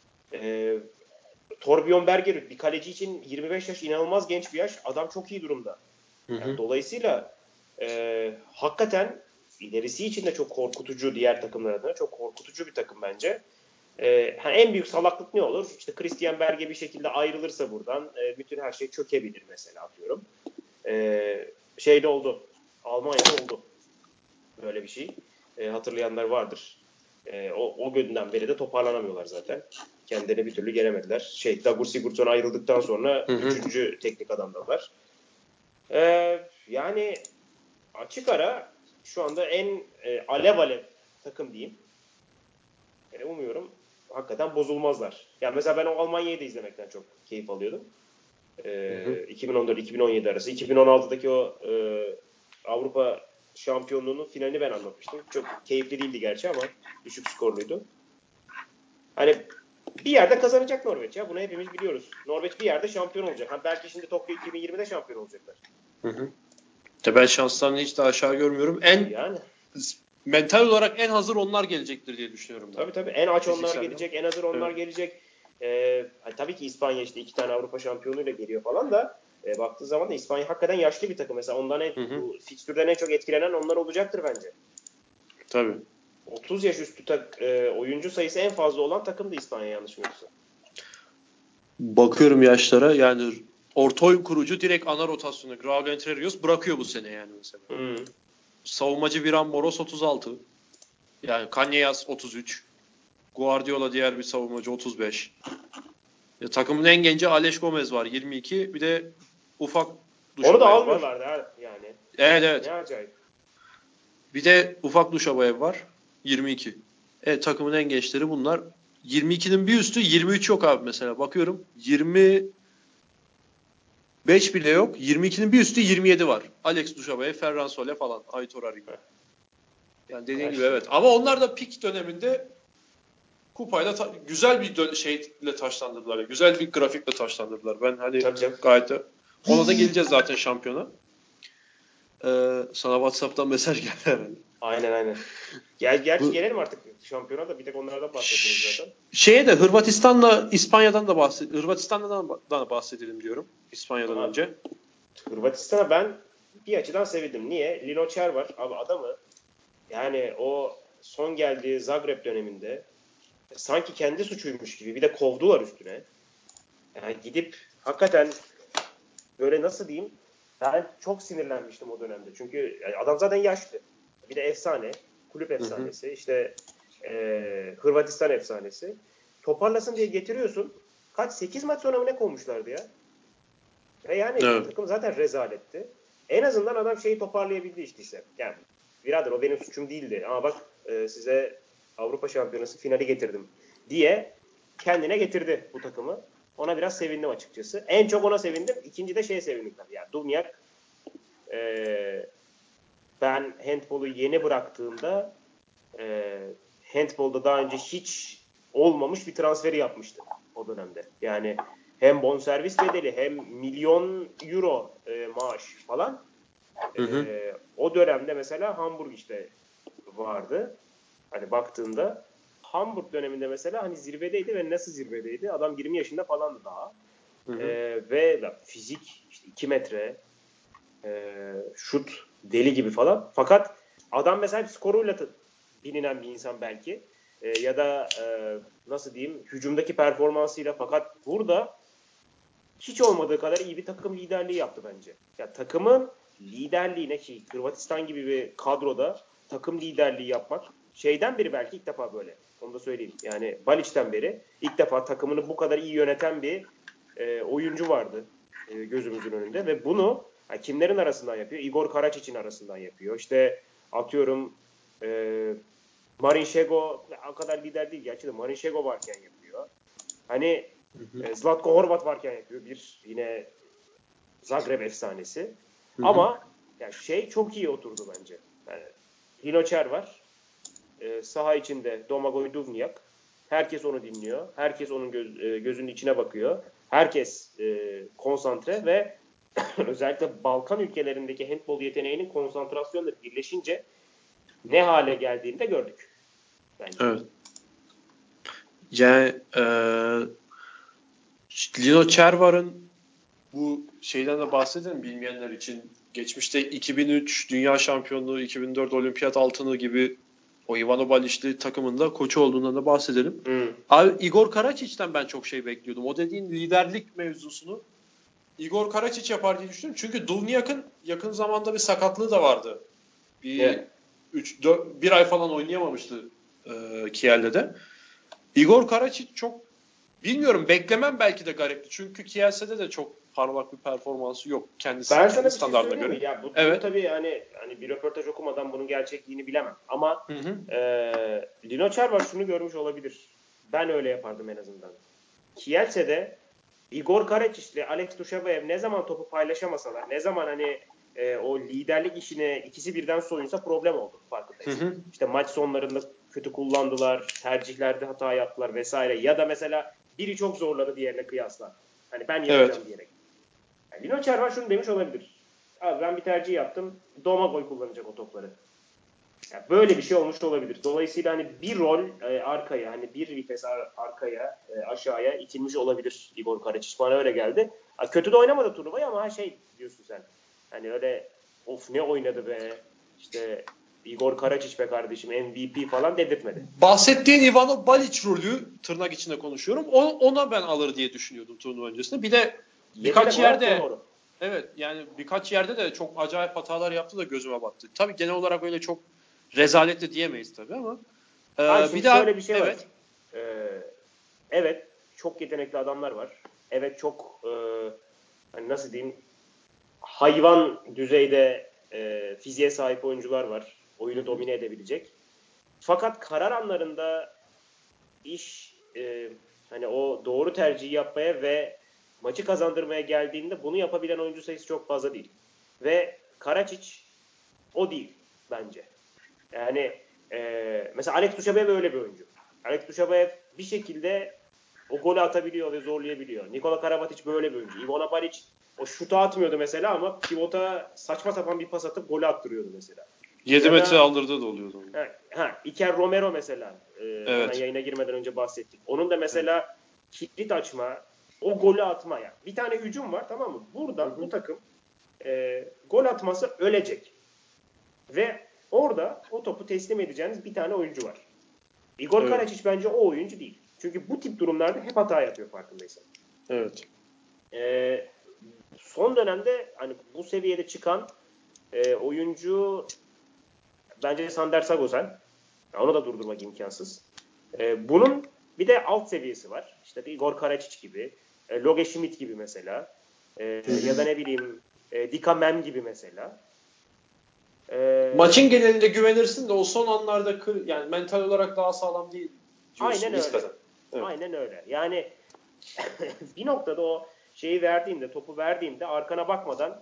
Torbjörn Bergerud bir kaleci için 25 yaş inanılmaz genç bir yaş. Adam çok iyi durumda. Yani dolayısıyla hakikaten ilerisi için de çok korkutucu, diğer takımlar adına çok korkutucu bir takım bence. En büyük salaklık ne olur? İşte Christian Berge bir şekilde ayrılırsa buradan bütün her şey çökebilir mesela, atıyorum. Şeyde oldu. Almanya'da oldu. Böyle bir şey. Hatırlayanlar vardır. O günden beri de toparlanamıyorlar zaten. Kendilerine bir türlü gelemediler. Dagur Sigurdsson ayrıldıktan sonra 3. teknik adamdalar. Yani açık ara şu anda en alev alev takım diyeyim. Umuyorum hakikaten bozulmazlar. Yani mesela ben o Almanya'yı da izlemekten çok keyif alıyordum. 2014-2017 arası. 2016'daki o Avrupa şampiyonluğunun finalini ben anlatmıştım. Çok keyifli değildi gerçi ama düşük skorluydu. Hani bir yerde kazanacak Norveç ya. Bunu hepimiz biliyoruz. Norveç bir yerde şampiyon olacak. Belki şimdi Tokyo 2020'de şampiyon olacaklar. Ben şanslarını hiç de aşağı görmüyorum. Mental olarak en hazır onlar gelecektir diye düşünüyorum ben. Tabii. En aç onlar gelecek. En hazır onlar gelecek. Tabii ki İspanya işte 2 tane Avrupa şampiyonuyla geliyor falan da baktığı zaman da İspanya hakikaten yaşlı bir takım. Mesela ondan bu fikstürden en çok etkilenen onlar olacaktır bence. Tabii. 30 yaş üstü oyuncu sayısı en fazla olan takım da İspanya, yanlış mı yoksa? Bakıyorum yaşlara, yani orta oyun kurucu direkt ana rotasyonu Grau Entrerios bırakıyor bu sene yani mesela. Savunmacı Viran Moros 36. Yani Kanyas 33. Guardiola diğer bir savunmacı 35. Takımın en genci Alex Gomez var 22. Bir de ufak Duşabayev var. Onu da var. almıyorlardı yani. Evet. Ne acayip. Bir de ufak Duşabayev var 22. Takımın en gençleri bunlar. 22'nin bir üstü 23 yok abi mesela. Bakıyorum 25 bile yok. 22'nin bir üstü 27 var. Alex Duşabayev, Ferran Sole falan. Aitor Arigo. Yani dediğin gibi evet. Ama onlar da pik döneminde kupayla güzel bir şeyle taşlandırdılar. Güzel bir grafikle taşlandırdılar. Ben gayet de ona da geleceğiz zaten şampiyona. Sana WhatsApp'tan mesaj geldi herhalde. Aynen. Gerçi gelelim artık şampiyona da, bir tek onlardan bahsediyoruz zaten. Hırvatistan'la İspanya'dan da Hırvatistan'dan bahsedelim diyorum. İspanya'dan önce. Hırvatistan'a ben bir açıdan sevindim. Niye? Lino Cer var. Abi adamı yani o son geldiği Zagreb döneminde sanki kendi suçuymuş gibi bir de kovdular üstüne. Yani gidip hakikaten böyle, nasıl diyeyim, ben çok sinirlenmiştim o dönemde. Çünkü yani adam zaten yaşlı. Bir de efsane. Kulüp efsanesi. İşte Hırvatistan efsanesi. toparlasın diye getiriyorsun. Kaç 8 maç sonra mı ne kovmuşlardı ya? Ve yani takım zaten rezaletti. En azından adam şeyi toparlayabildi işte. Yani birader o benim suçum değildi. Ama bak size Avrupa Şampiyonası finali getirdim diye kendine getirdi bu takımı. Ona biraz sevindim açıkçası. En çok ona sevindim. İkinci de şeye sevindim tabii. Yani Duvnjak ben handball'u yeni bıraktığımda handball'da daha önce hiç olmamış bir transferi yapmıştı o dönemde. Yani hem bonservis bedeli hem milyon euro maaş falan. O dönemde mesela Hamburg işte vardı. Hani baktığında Hamburg döneminde mesela hani zirvedeydi ve nasıl zirvedeydi? Adam 20 yaşında falandı daha. Ve fizik işte 2 metre şut deli gibi falan. Fakat adam mesela skoruyla bilinen bir insan belki. Ya da nasıl diyeyim hücumdaki performansıyla fakat burada hiç olmadığı kadar iyi bir takım liderliği yaptı bence. Ya takımın liderliğine ki Hırvatistan gibi bir kadroda takım liderliği yapmak şeyden beri belki ilk defa böyle. Onu da söyleyeyim. Yani Balic'ten beri ilk defa takımını bu kadar iyi yöneten bir oyuncu vardı gözümüzün önünde ve bunu kimlerin arasından yapıyor? Igor Karačić'in arasından yapıyor. İşte atıyorum Marin Šego o kadar lider değil. Gerçi de Marin Šego varken yapıyor. Hani Zlatko Horvat varken yapıyor. Bir yine Zagreb efsanesi. Ama yani şey çok iyi oturdu bence. Yani Hinoçer var. Saha içinde Domagoj Duvnjak. Herkes onu dinliyor. Herkes onun gözünün içine bakıyor. Herkes konsantre ve özellikle Balkan ülkelerindeki handball yeteneğinin konsantrasyonla birleşince ne hale geldiğini de gördük. Bence. Evet. Yani Lino Çervar'ın bu şeyden de bahsedelim bilmeyenler için. Geçmişte 2003 Dünya Şampiyonluğu, 2004 Olimpiyat altını gibi o Ivano Balic'li takımında koçu olduğundan da bahsedelim. Abi Igor Karačić'ten ben çok şey bekliyordum. O dediğin liderlik mevzusunu Igor Karačić yapar diye düşünüyorum. Çünkü Duvnjak'ın yakın zamanda bir sakatlığı da vardı. Bir ay falan oynayamamıştı Kiel'de de. Igor Karačić çok bilmiyorum beklemem belki de garipti. Çünkü Kiel'de de çok parlak bir performansı yok kendisi ben sana bir standartına şey göre. Ya bu tabii hani bir röportaj okumadan bunun gerçekliğini bilemem. Ama Lino Çervar şunu görmüş olabilir. Ben öyle yapardım en azından. Kielce'de Igor Karačić ile Alex Dushabayev ne zaman topu paylaşamasalar, ne zaman hani o liderlik işine ikisi birden soyunsa problem oldu farkındayız. İşte maç sonlarında kötü kullandılar, tercihlerde hata yaptılar vesaire. Ya da mesela biri çok zorladı diğerine kıyasla. Hani ben yapacağım diyerek. Yani Lino Çervar şunu demiş olabilir. Abi ben bir tercih yaptım. Domagoj kullanacak o topları. Yani böyle bir şey olmuş olabilir. Dolayısıyla hani bir rol arkaya, hani bir vites arkaya, aşağıya itilmiş olabilir Igor Karačić. Bana öyle geldi. Kötü de oynamadı turnuvayı ama şey diyorsun sen. Hani öyle of ne oynadı be. İşte Igor Karačić be kardeşim MVP falan dedirtmedi. Bahsettiğin Ivano Balic rolü tırnak içinde konuşuyorum. Ona ben alır diye düşünüyordum turnuva öncesinde. Bir de birkaç yerde evet yani birkaç yerde de çok acayip hatalar yaptı da gözüme battı. Tabii genel olarak öyle çok rezalet de diyemeyiz tabii ama bir daha şöyle bir şey var. Evet çok yetenekli adamlar var. Evet çok hani nasıl diyeyim hayvan düzeyde fiziğe sahip oyuncular var. Oyunu domine edebilecek. Fakat karar anlarında iş hani o doğru tercihi yapmaya ve maçı kazandırmaya geldiğinde bunu yapabilen oyuncu sayısı çok fazla değil. Ve Karačić o değil bence. Yani mesela Alex Dushabayev öyle bir oyuncu. Alex Dushabayev bir şekilde o golü atabiliyor ve zorlayabiliyor. Nikola Karabatic böyle bir oyuncu. Ivano Balic o şutu atmıyordu mesela ama pivota saçma sapan bir pas atıp golü attırıyordu mesela. 7 metre aldırdığı da oluyordu. Iker Romero mesela. Hemen yayına girmeden önce bahsettik. Onun da mesela kilit açma, o golü atma. Yani bir tane hücum var tamam mı? Burada bu takım gol atması ölecek. Ve orada o topu teslim edeceğiniz bir tane oyuncu var. Igor Karačić bence o oyuncu değil. Çünkü bu tip durumlarda hep hata yapıyor farkındaysan. Evet. Son dönemde hani bu seviyede çıkan oyuncu bence Sander Sagosen. Onu da durdurmak imkansız. Bunun Bir de alt seviyesi var. İşte Igor Karačić gibi, Loge Schmidt gibi mesela. Ya da ne bileyim Dika Mem gibi mesela. Maçın genelinde güvenirsin de o son anlarda yani mental olarak daha sağlam değil diyorsun. Aynen öyle. Evet. Aynen öyle. Yani bir noktada o şeyi verdiğinde, topu verdiğinde arkana bakmadan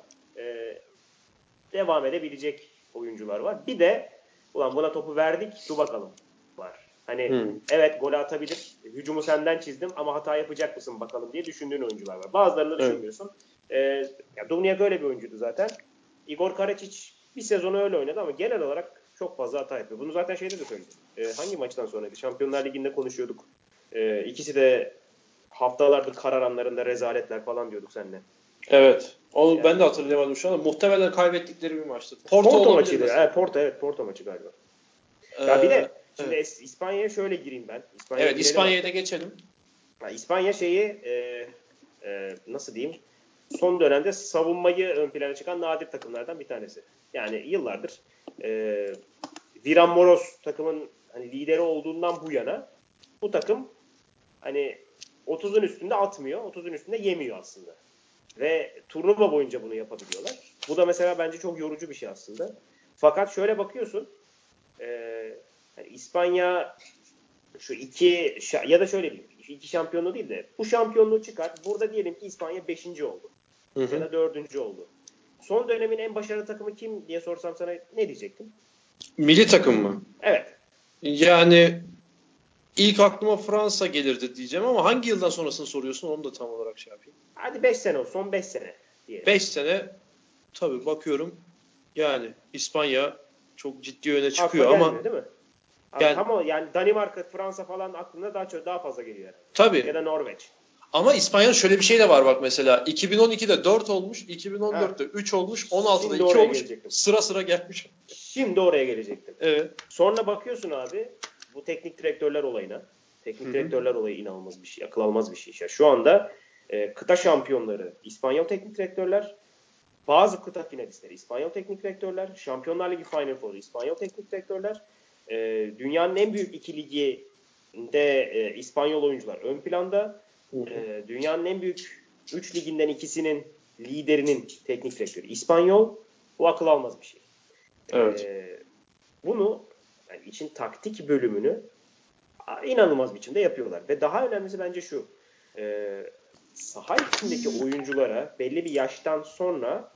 devam edebilecek oyuncular var. Bir de ulan buna topu verdik, dur bakalım var. Hani evet gol atabilir, hücumu senden çizdim ama hata yapacak mısın bakalım diye düşündüğün oyuncular var. Bazılarını düşünmüyorsun. Dubnyk öyle bir oyuncuydu zaten. Igor Karačić bir sezonu öyle oynadı ama genel olarak çok fazla hata yapıyor. Bunu zaten şeyde de söyledim. Hangi maçtan sonraydı? Şampiyonlar Ligi'nde konuşuyorduk. İkisi de haftalardır kararanlarında rezaletler falan diyorduk seninle. Evet. Onu yani, ben de hatırlayamadım şu anda. Muhtemelen kaybettikleri bir maçtı. Porto maçıydı. Porto maçı galiba. Ya bir de şimdi İspanya'ya şöyle gireyim ben. İspanya'ya da geçelim. İspanya şeyi nasıl diyeyim? Son dönemde savunmayı ön plana çıkan nadir takımlardan bir tanesi. Yani yıllardır Viran Moros takımın hani lideri olduğundan bu yana bu takım hani 30'un üstünde atmıyor, 30'un üstünde yemiyor aslında. Ve turnuva boyunca bunu yapabiliyorlar. Bu da mesela bence çok yorucu bir şey aslında. Fakat şöyle bakıyorsun yani İspanya şu iki ya da şöyle diyeyim, iki şampiyonluğu değil de bu şampiyonluğu çıkar. Burada diyelim ki İspanya 5. oldu. Ya da 4. oldu. Son dönemin en başarılı takımı kim diye sorsam sana ne diyecektin? Milli takım mı? Evet. Yani ilk aklıma Fransa gelirdi diyeceğim ama hangi yıldan sonrasını soruyorsun onu da tam olarak şey yapayım. Hadi 5 sene olsun. Son 5 sene diyelim. 5 sene tabii bakıyorum. Yani İspanya çok ciddi öne çıkıyor akla ama gelmiyor, değil mi? Yani, tam o yani Danimarka, Fransa falan aklına daha fazla geliyor herhalde. Tabii. Ya da Norveç. Ama İspanya'nın şöyle bir şey de var bak mesela 2012'de 4 olmuş, 2014'te 3 olmuş, 16'da 2 olmuş. Sıra sıra gelmiş. Şimdi oraya gelecektim. Evet. Sonra bakıyorsun abi bu teknik direktörler olayına. Teknik direktörler olayı inanılmaz bir şey, akıl almaz bir şey. Şu anda kıta şampiyonları İspanyol teknik direktörler, bazı kıta finalistleri İspanyol teknik direktörler, Şampiyonlar Ligi Final Four'u İspanyol teknik direktörler, dünyanın en büyük iki liginde İspanyol oyuncular ön planda, dünyanın en büyük 3 liginden ikisinin liderinin teknik direktörü İspanyol. Bu akıl almaz bir şey. Evet. Bunu yani için taktik bölümünü inanılmaz biçimde yapıyorlar. Ve daha önemlisi bence şu. Saha içindeki oyunculara belli bir yaştan sonra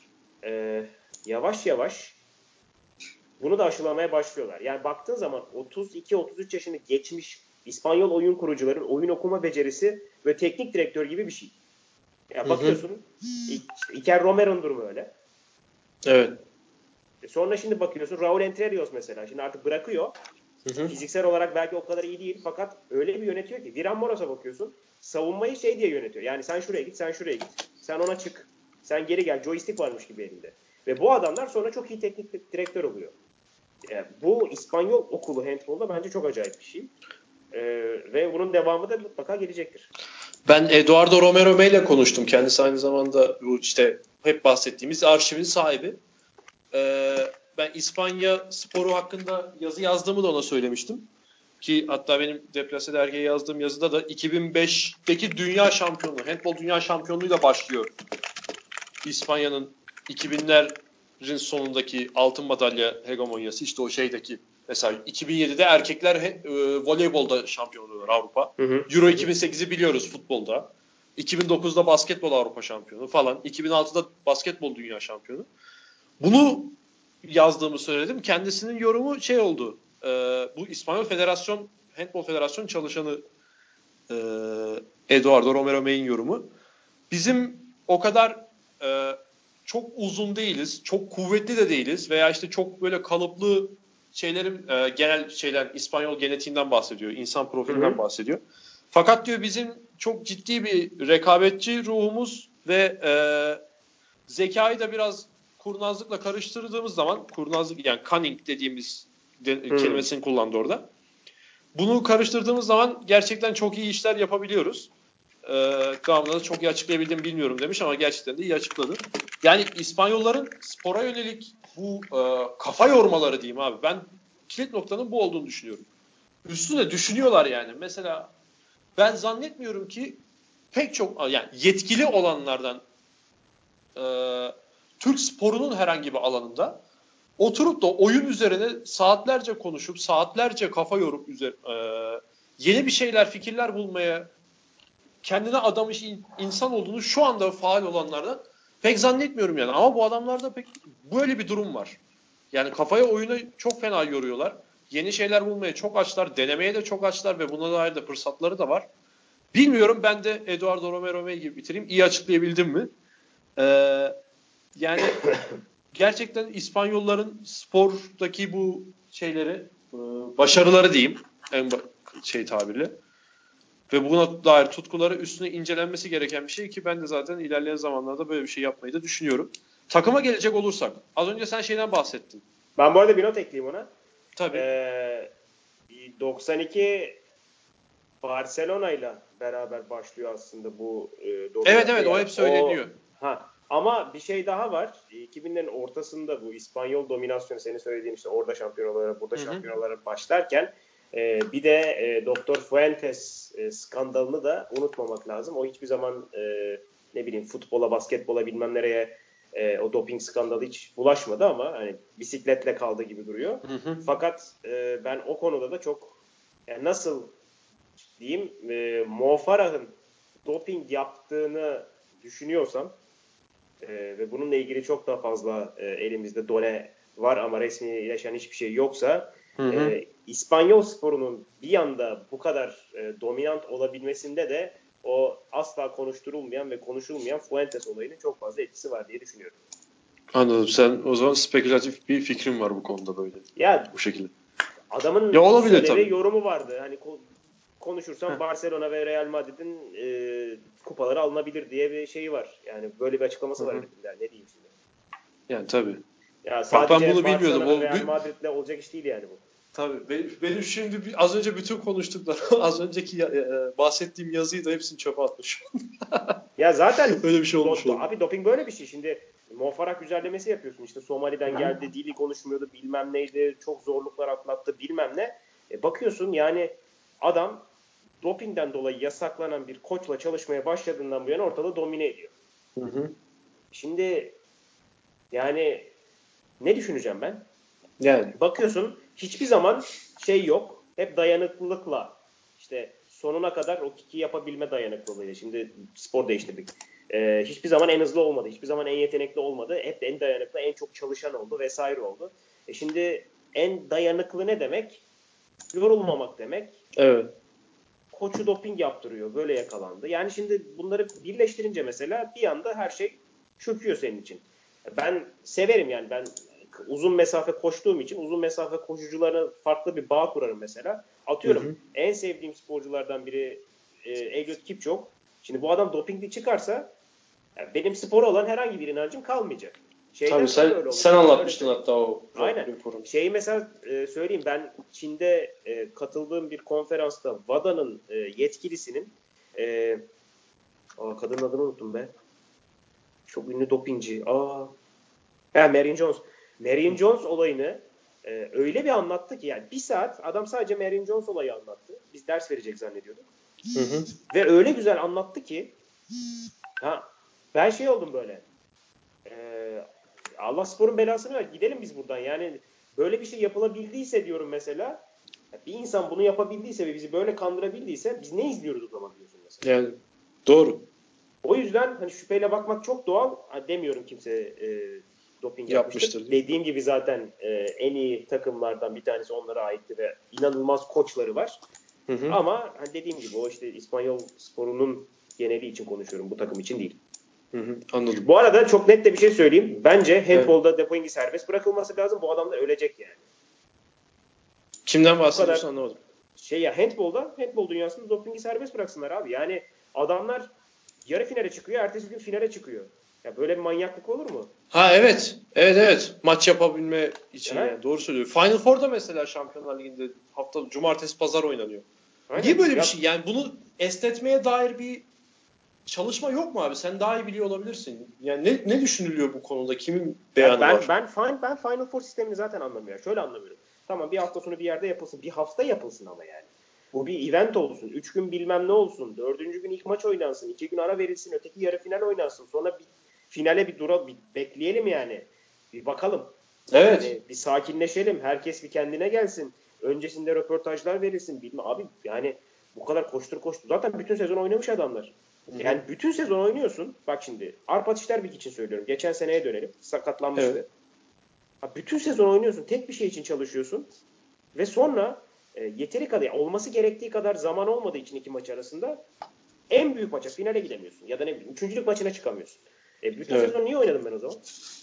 yavaş yavaş bunu da aşılamaya başlıyorlar. Yani baktığın zaman 32-33 yaşını geçmiş İspanyol oyun kurucuların oyun okuma becerisi ve teknik direktör gibi bir şey. Ya bakıyorsun Iker Romero'nun durumu öyle. Evet. Sonra şimdi bakıyorsun Raul Entrerrios mesela. Şimdi artık bırakıyor. Fiziksel olarak belki o kadar iyi değil fakat öyle bir yönetiyor ki. Viran Moros'a bakıyorsun. Savunmayı şey diye yönetiyor. Yani sen şuraya git, sen şuraya git. Sen ona çık. Sen geri gel. Joystick varmış gibi elinde. Ve bu adamlar sonra çok iyi teknik direktör oluyor. Bu İspanyol okulu handbolda bence çok acayip bir şey. Ve bunun devamı da mutlaka gelecektir. Ben Eduardo Romero Bey ile konuştum. Kendisi aynı zamanda bu işte hep bahsettiğimiz arşivin sahibi. Ben İspanya sporu hakkında yazı yazdığımı da ona söylemiştim. Ki hatta benim Deplase dergiye yazdığım yazıda da 2005'teki dünya şampiyonluğu, handball dünya şampiyonluğuyla başlıyor. İspanya'nın 2000'lerin sonundaki altın madalya hegemonyası işte o şeydeki mesela 2007'de erkekler voleybolda şampiyon oluyorlar Avrupa. Euro 2008'i biliyoruz futbolda. 2009'da basketbol Avrupa şampiyonu falan. 2006'da basketbol dünya şampiyonu. Bunu yazdığımı söyledim. Kendisinin yorumu şey oldu. Bu İspanyol Federasyon, Handball Federasyon çalışanı Eduardo Romero May'in yorumu. Bizim o kadar çok uzun değiliz, çok kuvvetli de değiliz veya işte çok böyle kalıplı şeylerin genel şeyler İspanyol genetiğinden bahsediyor, insan profilinden bahsediyor. Fakat diyor bizim çok ciddi bir rekabetçi ruhumuz ve zekayı da biraz kurnazlıkla karıştırdığımız zaman, kurnazlık yani cunning dediğimiz kelimesini kullandı orada. Bunu karıştırdığımız zaman gerçekten çok iyi işler yapabiliyoruz. Devamında da çok iyi açıklayabildim bilmiyorum demiş ama gerçekten de iyi açıkladı. Yani İspanyolların spora yönelik bu kafa yormaları diyeyim abi. Ben kilit noktanın bu olduğunu düşünüyorum. Üstüne düşünüyorlar yani. Mesela ben zannetmiyorum ki pek çok yani yetkili olanlardan Türk sporunun herhangi bir alanında oturup da oyun üzerine saatlerce konuşup saatlerce kafa yorup yeni bir şeyler, fikirler bulmaya kendine adamış insan olduğunu şu anda faal olanlardan pek zannetmiyorum yani. Ama bu adamlarda pek böyle bir durum var. Yani kafaya oyunu çok fena yoruyorlar. Yeni şeyler bulmaya çok açlar, denemeye de çok açlar ve buna dair de fırsatları da var. Bilmiyorum, ben de Eduardo Romero gibi bitireyim. İyi açıklayabildim mi? Yani gerçekten İspanyolların spordaki bu şeyleri, başarıları diyeyim en tabirle ve buna dair tutkuları üstüne incelenmesi gereken bir şey ki ben de zaten ilerleyen zamanlarda böyle bir şey yapmayı da düşünüyorum. Takıma gelecek olursak, az önce sen şeyden bahsettin. Ben bu arada bir not ekleyeyim ona. Tabii. 92 Barcelona ile beraber başlıyor aslında bu Evet o hep söyleniyor. Ama bir şey daha var. 2000'lerin ortasında bu İspanyol dominasyonu, senin söylediğin işte orada şampiyonalara, burada şampiyonalara başlarken bir de Dr. Fuentes skandalını da unutmamak lazım. O hiçbir zaman futbola, basketbola bilmem nereye o doping skandalı hiç bulaşmadı ama hani bisikletle kaldı gibi duruyor. Fakat ben o konuda da çok nasıl diyeyim Mo Farah'ın doping yaptığını düşünüyorsam ve bununla ilgili çok daha fazla elimizde done var ama resmileşen hiçbir şey yoksa İspanyol sporunun bir anda bu kadar dominant olabilmesinde de o asla konuşturulmayan ve konuşulmayan Fuentes olayının çok fazla etkisi var diye düşünüyorum. Anladım. Sen o zaman spekülatif bir fikrin var bu konuda böyle. Ya, bu şekilde. Adamın şöyle yorumu vardı. Hani konuşursam Barcelona ve Real Madrid'in kupaları alınabilir diye bir şeyi var. Yani böyle bir açıklaması var herifin. Ne diyeyim şimdi? Yani tabii. Ya sadece ben bunu bilmiyordum. Real Madrid'le olacak iş değil yani bu. Tabii. Benim şimdi az önce bütün konuştuklarım, az önceki bahsettiğim yazıyı da hepsini çöpe atmış. Ya zaten öyle bir şey olmuş oldu. Abi doping böyle bir şey. Şimdi Mo Farah güzellemesi yapıyorsun. İşte Somali'den geldi, dili konuşmuyordu, bilmem neydi, çok zorluklar atlattı, bilmem ne. Bakıyorsun yani adam dopingden dolayı yasaklanan bir koçla çalışmaya başladığından bu yana ortalığı domine ediyor. Şimdi yani ne düşüneceğim ben? Yani bakıyorsun hiçbir zaman şey yok. Hep dayanıklılıkla işte sonuna kadar o kiki yapabilme dayanıklılığıyla. Şimdi spor değiştirdik. Hiçbir zaman en hızlı olmadı. Hiçbir zaman en yetenekli olmadı. Hep en dayanıklı, en çok çalışan oldu vesaire oldu. Şimdi en dayanıklı ne demek? Yorulmamak demek. Evet. Koçu doping yaptırıyor. Böyle yakalandı. Yani şimdi bunları birleştirince mesela bir anda her şey çöküyor senin için. Ben severim yani. Ben uzun mesafe koştuğum için uzun mesafe koşucularına farklı bir bağ kurarım mesela. Atıyorum en sevdiğim sporculardan biri Eliud Kipchoge. Şimdi bu adam dopingli çıkarsa benim spora olan herhangi bir inancım kalmayacak. Tabii sen anlatmıştın hatta o. Aynen. Şeyi mesela söyleyeyim, ben Çin'de katıldığım bir konferansta WADA'nın yetkilisinin kadının adını unuttum be. Çok ünlü dopingci. Marion Jones. Marion Jones olayını öyle bir anlattı ki yani bir saat adam sadece Marion Jones olayı anlattı. Biz ders verecek zannediyorduk. Ve öyle güzel anlattı ki ben şey oldum böyle. Allah sporun belasını ver. Gidelim biz buradan. Yani böyle bir şey yapılabildiyse diyorum mesela. Bir insan bunu yapabildiyse ve bizi böyle kandırabildiyse biz ne izliyoruz o zaman diyorsun mesela. Yani doğru. O yüzden hani şüpheyle bakmak çok doğal. Demiyorum kimse doping yapmıştır. Dediğim gibi zaten en iyi takımlardan bir tanesi onlara aitti ve inanılmaz koçları var. Ama hani dediğim gibi o işte İspanyol sporunun geneli için konuşuyorum. Bu takım için değil. Anladım. Bu arada çok net de bir şey söyleyeyim. Bence handbolda dopingi serbest bırakılması lazım. Bu adam da ölecek yani. Kimden bahsediyorsun anlamadım. Handbol dünyasında dopingi serbest bıraksınlar abi. Yani adamlar yarı finale çıkıyor, ertesi gün finale çıkıyor. Ya böyle bir manyaklık olur mu? Evet. Maç yapabilme için yani. Doğru söylüyor. Final Four'da mesela Şampiyonlar Ligi'nde hafta cumartesi pazar oynanıyor. Aynen. Niye böyle bir şey? Yani bunu esnetmeye dair bir çalışma yok mu abi? Sen daha iyi biliyor olabilirsin. Yani ne düşünülüyor bu konuda? Kimin beyanı var? Ben Final Four sistemini zaten anlamıyorum. Şöyle anlamıyorum. Tamam, bir hafta sonu bir yerde yapılsın. Bir hafta yapılsın ama yani. Bu bir event olsun. 3 gün bilmem ne olsun. 4. gün ilk maç oynansın. 2 gün ara verilsin. Öteki yarı final oynansın. Sonra bir finale bir bekleyelim yani. Bir bakalım. Evet. Yani bir sakinleşelim. Herkes bir kendine gelsin. Öncesinde röportajlar verilsin. Bilmem abi yani bu kadar koştur. Zaten bütün sezon oynamış adamlar. Yani bütün sezon oynuyorsun. Bak şimdi Arpat İşlerbik için söylüyorum. Geçen seneye dönelim. Sakatlanmıştı. Evet. Bütün sezon oynuyorsun. Tek bir şey için çalışıyorsun. Ve sonra yeteri kadar, olması gerektiği kadar zaman olmadığı için iki maç arasında en büyük maça, finale gidemiyorsun. Ya da ne bileyim, üçüncülük maçına çıkamıyorsun. Bütün sezon niye oynadım ben o zaman?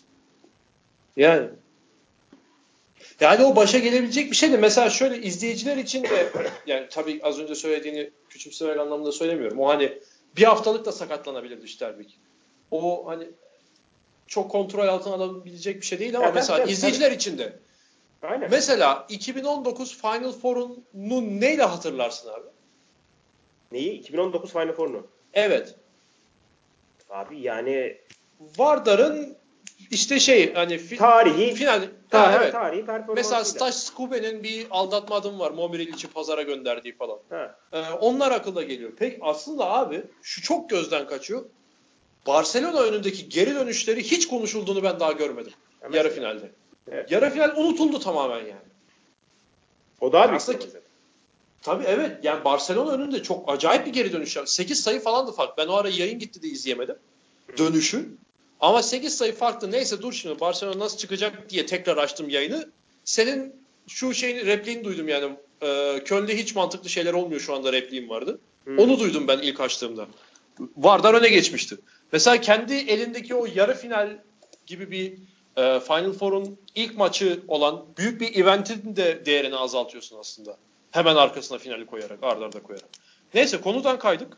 Yani o başa gelebilecek bir şey de mesela şöyle izleyiciler için de yani tabii az önce söylediğini küçümsemek anlamında söylemiyorum. O hani bir haftalık da sakatlanabilirdi Sterbik. O hani çok kontrol altına alabilecek bir şey değil ama mesela izleyiciler için de. Aynen. Mesela 2019 Final Four'unu neyle hatırlarsın abi? Neyi? 2019 Final Four'unu. Evet. Abi yani Vardar'ın işte hani tarihi final evet. Tarihi performansıyla. Mesela Stas Skube'nin bir aldatma adımı var. Momiril için pazara gönderdiği falan. Ha. Onlar akılda geliyor. Peki aslında abi şu çok gözden kaçıyor. Barcelona önündeki geri dönüşleri hiç konuşulduğunu ben daha görmedim. Yarı finalde. Evet. Yarı final unutuldu tamamen yani. O daha büyük aslında zaten. Tabii evet. Yani Barcelona önünde çok acayip bir geri dönüş yaptı. 8 sayı falandı fark. Ben o ara yayın gitti de izleyemedim. Dönüşü. Ama 8 sayı farklı. Neyse dur şimdi Barcelona nasıl çıkacak diye tekrar açtım yayını. Senin şu repliğini duydum yani. Köln'de hiç mantıklı şeyler olmuyor şu anda repliğim vardı. Onu duydum ben ilk açtığımda. Vardar öne geçmişti. Mesela kendi elindeki o yarı final gibi bir Final Four'un ilk maçı olan büyük bir eventin de değerini azaltıyorsun aslında. Hemen arkasına finali koyarak, arda arda koyarak. Neyse konudan kaydık.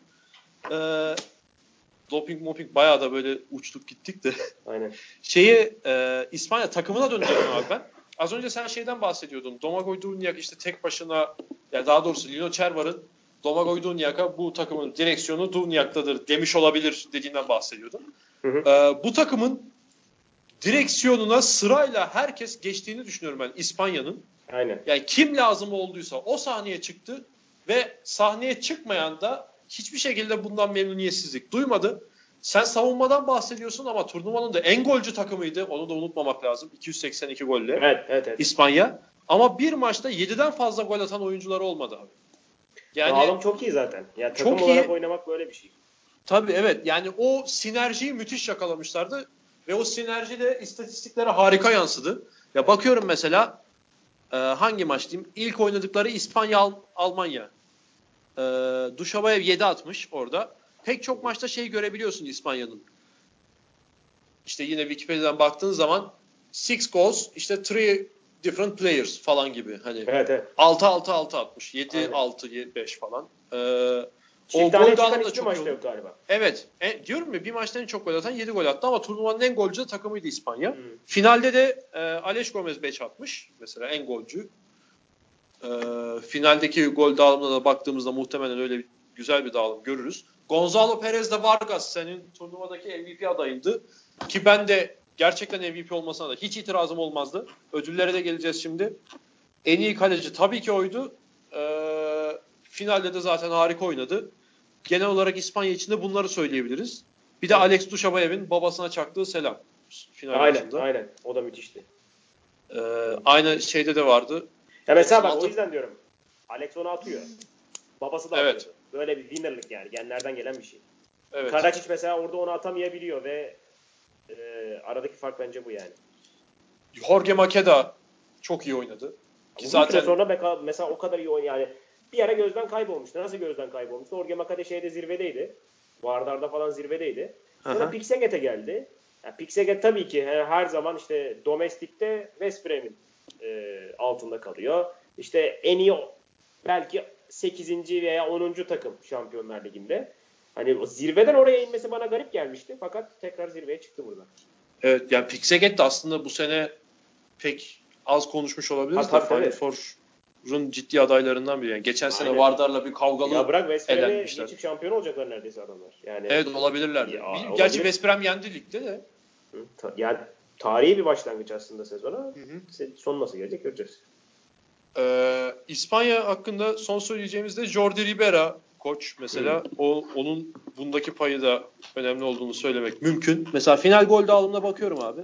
Doping bayağı da böyle uçtuk gittik de. Aynen. İspanya takımına dönecektim abi ben. Az önce sen şeyden bahsediyordun. Domagoj Duvnjak işte tek başına, yani daha doğrusu Lino Červar'ın Domagoj Duvnjak'a bu takımın direksiyonu Duvnjak'tadır demiş olabilir dediğinden bahsediyordun. Bu takımın direksiyonuna sırayla herkes geçtiğini düşünüyorum ben İspanya'nın. Aynen. Yani kim lazım olduysa o sahneye çıktı ve sahneye çıkmayan da hiçbir şekilde bundan memnuniyetsizlik duymadı. Sen savunmadan bahsediyorsun ama turnuvanın da en golcü takımıydı. Onu da unutmamak lazım. 282 golle. Evet. İspanya. Ama bir maçta 7'den fazla gol atan oyuncuları olmadı abi. Yani dağılım çok iyi zaten. Ya takım olarak oynamak böyle bir şey. Tabii evet. Yani o sinerjiyi müthiş yakalamışlardı ve o sinerji de istatistiklere harika yansıdı. Ya bakıyorum mesela hangi maç diyeyim? İlk oynadıkları İspanya-Almanya. Duşabayev 7 atmış orada. Pek çok maçta görebiliyorsun İspanya'nın. İşte yine Wikipedia'dan baktığın zaman 6 goals, işte 3 different players falan gibi. Hani Evet. 6-6-6 atmış. 7-6-5 falan. Çift tane çıkan hiçbir maçta yok galiba. Evet. Diyorum ya bir maçta en çok gol atan 7 gol attı ama turnuvanın en golcü takımıydı İspanya. Finalde de Alex Gomez 5 atmış. Mesela en golcü. Finaldeki gol dağılımına da baktığımızda muhtemelen öyle güzel bir dağılım görürüz. Gonzalo Perez de Vargas senin turnuvadaki MVP adayındı. Ki ben de gerçekten MVP olmasına da hiç itirazım olmazdı. Ödüllere de geleceğiz şimdi. En iyi kaleci tabii ki oydu. Finalde de zaten harika oynadı. Genel olarak İspanya için de bunları söyleyebiliriz. Bir de Alex Duşabayev'in babasına çaktığı selam. Aynen. O da müthişti. Aynı şeyde de vardı. Ya mesela bak o yüzden diyorum. Alex onu atıyor. Babası da atıyordu. Böyle bir winner'lık yani. Genlerden gelen bir şey. Evet. Karacic mesela orada onu atamayabiliyor ve aradaki fark bence bu yani. Jorge Makeda çok iyi oynadı. Ki zaten sonra mesela o kadar iyi oynadı yani. Bir ara gözden kaybolmuştu. Nasıl gözden kaybolmuştu? Jorge Makeda zirvedeydi. Vardar'da falan zirvedeydi. Sonra Pixeget'e geldi. Yani Pixeget tabii ki her zaman işte domestikte West Brom'in altında kalıyor. İşte en iyi belki 8. veya 10. takım Şampiyonlar Ligi'nde. Hani zirveden oraya inmesi bana garip gelmişti. Fakat tekrar zirveye çıktı burada. Evet yani Pixeget de aslında bu sene pek az konuşmuş olabiliriz de Final Four'un ciddi adaylarından biri. Yani geçen sene Vardar'la bir kavgalı elenmişler. Ya bırak West Brom'e geçip şampiyon olacaklar neredeyse adamlar. Yani evet olabilirlerdi. Gerçi West Brom yendi ligde de. Yani tarihi bir başlangıç aslında sezona. Son nasıl gelecek göreceğiz. İspanya hakkında son söyleyeceğimiz de Jordi Ribera koç mesela. Onun bundaki payı da önemli olduğunu söylemek mümkün. Mesela final gol dağılımına bakıyorum abi.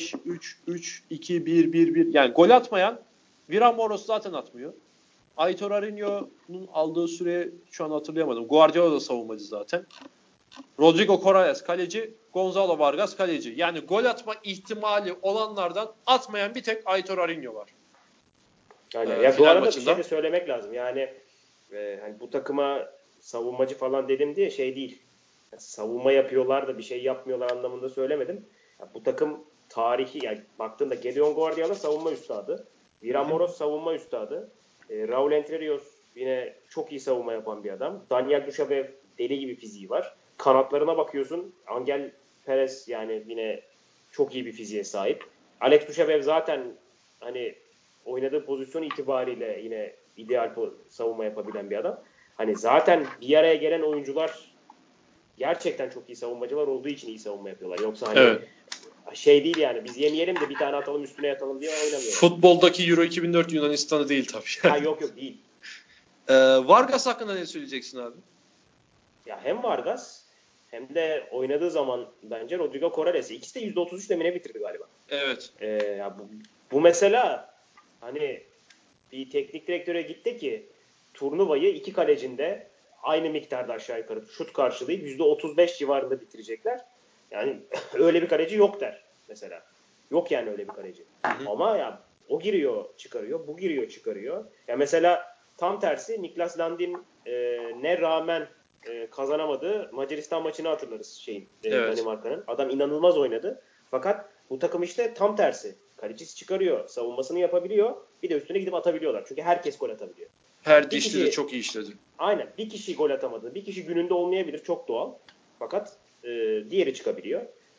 5-3-3-2-1-1-1 yani gol atmayan Viran Moros zaten atmıyor. Aitor Arinho'nun aldığı süre şu an hatırlayamadım. Guardiola da savunmacı zaten. Rodrigo Corrales kaleci, Gonzalo Vargas kaleci. Yani gol atma ihtimali olanlardan atmayan bir tek Aitor Arinho var. Aynen. Ya bu arada maçında bir şey de söylemek lazım. Yani hani bu takıma savunmacı falan dedim diye şey değil. Yani savunma yapıyorlar da bir şey yapmıyorlar anlamında söylemedim. Ya bu takım tarihi yani baktığında Gideon Guardiola savunma üstadı. Viran Moros savunma üstadı. Raul Entrerios yine çok iyi savunma yapan bir adam. Daniel Dushabev deli gibi fiziği var. Kanatlarına bakıyorsun. Angel Perez yani yine çok iyi bir fiziğe sahip. Alex Dushabev zaten hani oynadığı pozisyon itibariyle yine ideal savunma yapabilen bir adam. Hani zaten bir araya gelen oyuncular gerçekten çok iyi savunmacılar olduğu için iyi savunma yapıyorlar. Yoksa hani şey değil yani biz yemeyelim de bir tane atalım üstüne yatalım diye oynamıyorlar. Futboldaki Euro 2004 Yunanistan'ı değil tabii. Ha yok değil. Vargas hakkında ne söyleyeceksin abi? Ya hem Vargas hem de oynadığı zaman bence Rodrigo Corrales. İkisi de %33 demine bitirdi galiba. Evet. Ya bu mesela hani bir teknik direktöre gitti ki turnuvayı iki kalecinde aynı miktarda aşağı yukarı şut karşılayıp %35 civarında bitirecekler. Yani öyle bir kaleci yok der mesela. Yok yani öyle bir kaleci. Ama ya o giriyor çıkarıyor, bu giriyor çıkarıyor. Ya mesela tam tersi Niklas Landin ne rağmen kazanamadığı Macaristan maçını hatırlarız evet. Danimarka'nın. Adam inanılmaz oynadı. Fakat bu takım işte tam tersi. Kalecisi çıkarıyor, savunmasını yapabiliyor. Bir de üstüne gidip atabiliyorlar. Çünkü herkes gol atabiliyor. Her dişli de çok iyi işledi. Aynen. Bir kişi gol atamadı. Bir kişi gününde olmayabilir. Çok doğal. Fakat diğeri çıkabiliyor.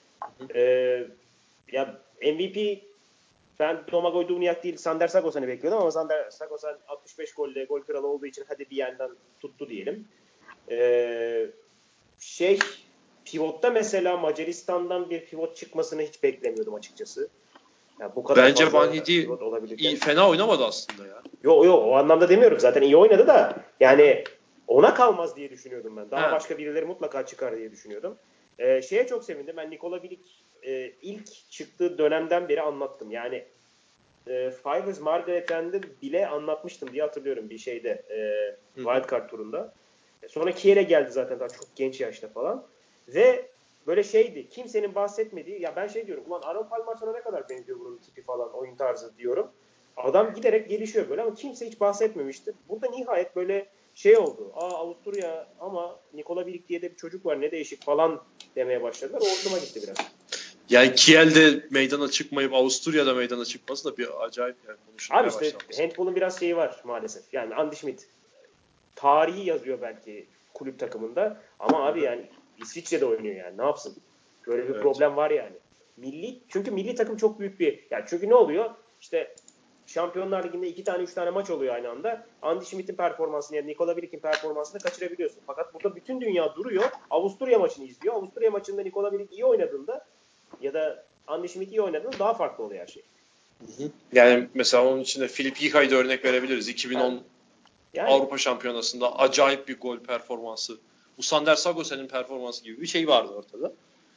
Ya MVP ben Domagoj Duvnyak değil Sander Sagosen'i bekliyordum ama Sander Sagosen 65 golle gol kralı olduğu için hadi bir yandan tuttu diyelim. Pivotta mesela Macaristan'dan bir pivot çıkmasını hiç beklemiyordum açıkçası. Yani bu kadar bence Vanhidi iyi fena oynamadı aslında ya. Yok o anlamda demiyorum. Zaten iyi oynadı da yani ona kalmaz diye düşünüyordum ben. Daha başka birileri mutlaka çıkar diye düşünüyordum. Şeye çok sevindim. Ben Nikola Bilic ilk çıktığı dönemden beri anlattım. Yani Fivers Margaret'ende bile anlatmıştım diye hatırlıyorum bir şeyde Wildcard turunda. Sonra Kiel'e geldi zaten daha çok genç yaşta falan. Ve böyle şeydi. Kimsenin bahsetmediği ya ben şey diyorum. Ulan Aaron Palmer sana ne kadar benziyor bunun tipi falan oyun tarzı diyorum. Adam giderek gelişiyor böyle ama kimse hiç bahsetmemişti. Burada nihayet böyle şey oldu. Avusturya ama Nikola Bilic diye de bir çocuk var ne değişik falan demeye başladılar. O hoşuma gitti biraz. Yani Kiel'de meydana çıkmayıp Avusturya'da meydana çıkması da bir acayip yani konuşulmaya başlaması. Abi işte handball'un biraz şeyi var maalesef. Yani Andy Schmidt tarihi yazıyor belki kulüp takımında ama abi yani İsviçre'de oynuyor yani ne yapsın? Böyle bir problem var yani. Çünkü milli takım çok büyük bir yani çünkü ne oluyor? İşte Şampiyonlar Ligi'nde 2 tane 3 tane maç oluyor aynı anda. Andy Schmidt'in performansını ya da Nikola Bilic'in performansını kaçırabiliyorsun. Fakat burada bütün dünya duruyor. Avusturya maçını izliyor. Avusturya maçında Nikola Bilic iyi oynadığında ya da Andy Schmidt iyi oynadığında daha farklı oluyor her şey. Yani mesela onun için de Filip Yika'yı da örnek verebiliriz. 2010 Avrupa Şampiyonası'nda acayip bir gol performansı. Bu Sander Sagosen'in performansı gibi bir şey vardı ortada.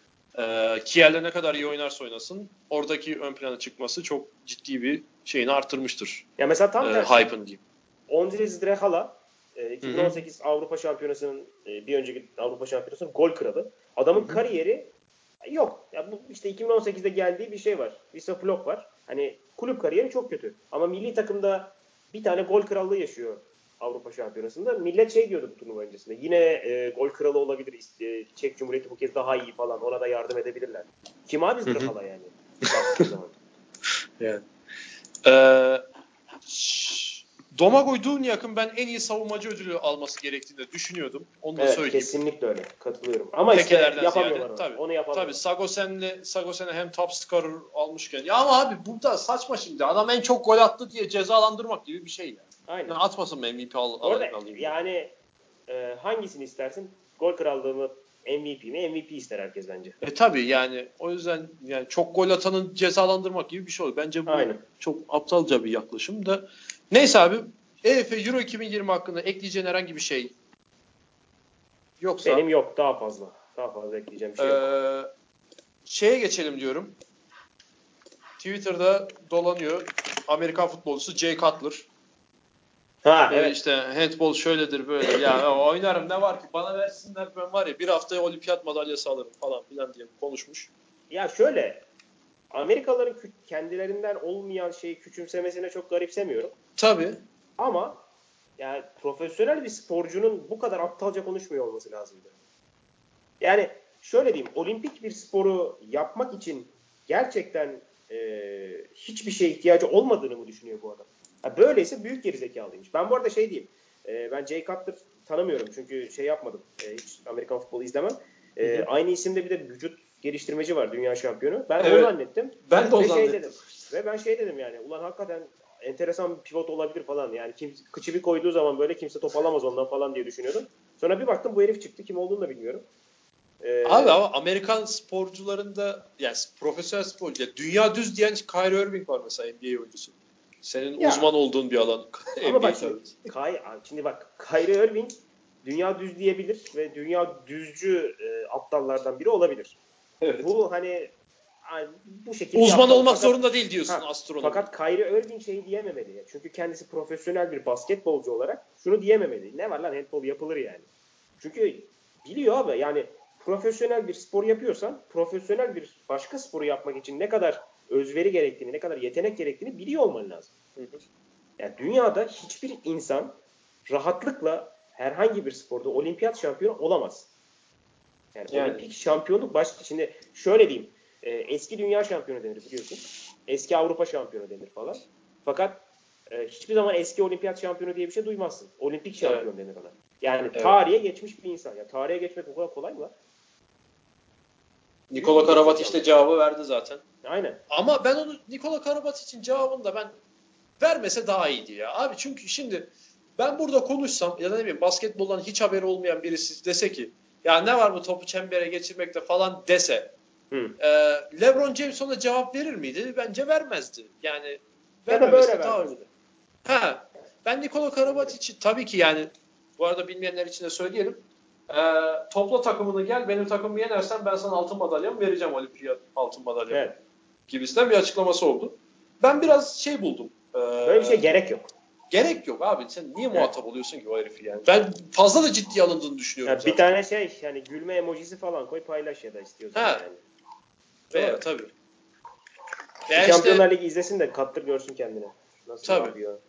Kiel'de ne kadar iyi oynarsa oynasın oradaki ön plana çıkması çok ciddi bir şeyini artırmıştır. Ya mesela tam tersi. Hype'ın diyeyim. Ondrej Drehala 2018 Avrupa Şampiyonası'nın bir önceki Avrupa Şampiyonası'nın gol kralı. Adamın kariyeri yok. Ya bu işte 2018'de geldiği bir şey var. Wisła Plock var. Hani kulüp kariyeri çok kötü. Ama milli takımda bir tane gol krallığı yaşıyor Avrupa Şampiyonası'nda. Millet şey diyordu bu turnuva öncesinde. Yine gol kralı olabilir. Çek Cumhuriyeti bu kez daha iyi falan. Ona da yardım edebilirler. Kim abi Drehala yani? zaman. Yani. Domagoj Duvnyak'ın ben en iyi savunmacı ödülü alması gerektiğini de düşünüyordum. Onu da söyleyeyim. Kesinlikle öyle. Katılıyorum. Ama işte yapamıyorlar tabii, onu yapamıyorlar. Tabii Sagosen'e hem top scorer almışken. Ya ama abi burada saçma şimdi. Adam en çok gol attı diye cezalandırmak gibi bir şey ya. Aynen. Yani atmasın MVP alayım. Yani hangisini istersin? Gol krallığı mı? MVP mi? MVP ister herkes bence. Tabii yani o yüzden yani çok gol atanın cezalandırmak gibi bir şey oluyor. Bence bu çok aptalca bir yaklaşım da Neyse abi. EFF Euro 2020 hakkında ekleyeceğin herhangi bir şey yoksa Benim yok. Daha fazla ekleyeceğim bir şey yok. Şeye geçelim diyorum. Twitter'da dolanıyor. Amerikan futbolcusu Jay Cutler. Ha Böyle evet. işte handball şöyledir böyledir. Ya oynarım ne var ki bana versinler ben var ya bir haftaya olimpiyat madalyası alırım falan filan diye konuşmuş. Ya şöyle, Amerikalıların kendilerinden olmayan şeyi küçümsemesine çok garipsemiyorum. Tabii. Ama yani profesyonel bir sporcunun bu kadar aptalca konuşmuyor olması lazımdı. Yani şöyle diyeyim, olimpik bir sporu yapmak için gerçekten hiçbir şeye ihtiyacı olmadığını mı düşünüyor bu adam? Ha, böyleyse büyük gerizekalıymış. Ben bu arada şey diyeyim, ben Jay Cutler tanımıyorum çünkü şey yapmadım, hiç Amerikan futbolu izlemem. Aynı isimde bir de vücut geliştirmeci var, dünya şampiyonu. Ben Evet. o zannettim. Ben de o Ve zannettim. ben şey dedim yani, ulan hakikaten enteresan bir pivot olabilir falan. Yani kıçı bir koyduğu zaman böyle kimse top alamaz ondan falan diye düşünüyordum. Sonra bir baktım bu herif çıktı. Kim olduğunu da bilmiyorum. Abi ama Amerikan sporcularında yani profesyonel sporcu dünya düz diyen Kyrie Irving var mesela NBA oyuncusu. Senin Ya, uzman olduğun bir alan. ama bak şimdi bak Kyrie Irving dünya düz diyebilir ve dünya düzcü aptallardan biri olabilir. Evet. Bu hani bu şekilde Uzman olmak fakat, zorunda değil diyorsun astronomi. Fakat Kyrie Irving şeyi diyememeli. Çünkü kendisi profesyonel bir basketbolcu olarak şunu diyememeli. Ne var lan, handball yapılır yani. Çünkü biliyor abi, yani profesyonel bir spor yapıyorsan profesyonel bir başka sporu yapmak için ne kadar özveri gerektiğini, ne kadar yetenek gerektiğini biliyor olman lazım. Hı hı. Yani dünyada hiçbir insan rahatlıkla herhangi bir sporda olimpiyat şampiyonu olamaz. Yani olimpik şampiyonluk başka. Şimdi şöyle diyeyim. Eski dünya şampiyonu denir biliyorsun. Eski Avrupa şampiyonu denir falan. Fakat hiçbir zaman eski olimpiyat şampiyonu diye bir şey duymazsın. Olimpik şampiyon denir ona. Yani tarihe geçmiş bir insan. Yani tarihe geçmek o kadar kolay mı? Nikola Karabatic de cevabı verdi zaten. Aynen. Ama ben onu Nikola Karabatic için cevabını da ben vermese daha iyiydi ya. Abi çünkü şimdi ben burada konuşsam ya da ne bileyim basketboldan hiç haberi olmayan birisi dese ki ya ne var bu topu çembere geçirmekte falan dese LeBron James ona cevap verir miydi? Bence vermezdi. Yani Ya da böyle vermemesi de daha vermezdi. uygun. Ben Nikola Karabatic'i tabii ki yani bu arada bilmeyenler için de söyleyelim. Topla takımını gel benim takımımı yenersen ben sana altın madalyamı vereceğim olimpiyat altın madalyamı. Evet. Gibisinden bir açıklaması oldu. Ben biraz şey buldum. Böyle bir şey gerek yok. Gerek yok abi. Sen niye muhatap oluyorsun ki o herifi yani? Ben fazla da ciddiye alındığını düşünüyorum Yani zaten. bir tane şey yani gülme emojisi falan koy paylaş ya da istiyorsan yani. Veya tabii. Veya Şampiyonlar Ligi izlesin de Cutler görsün kendine. Nasıl yapıyor?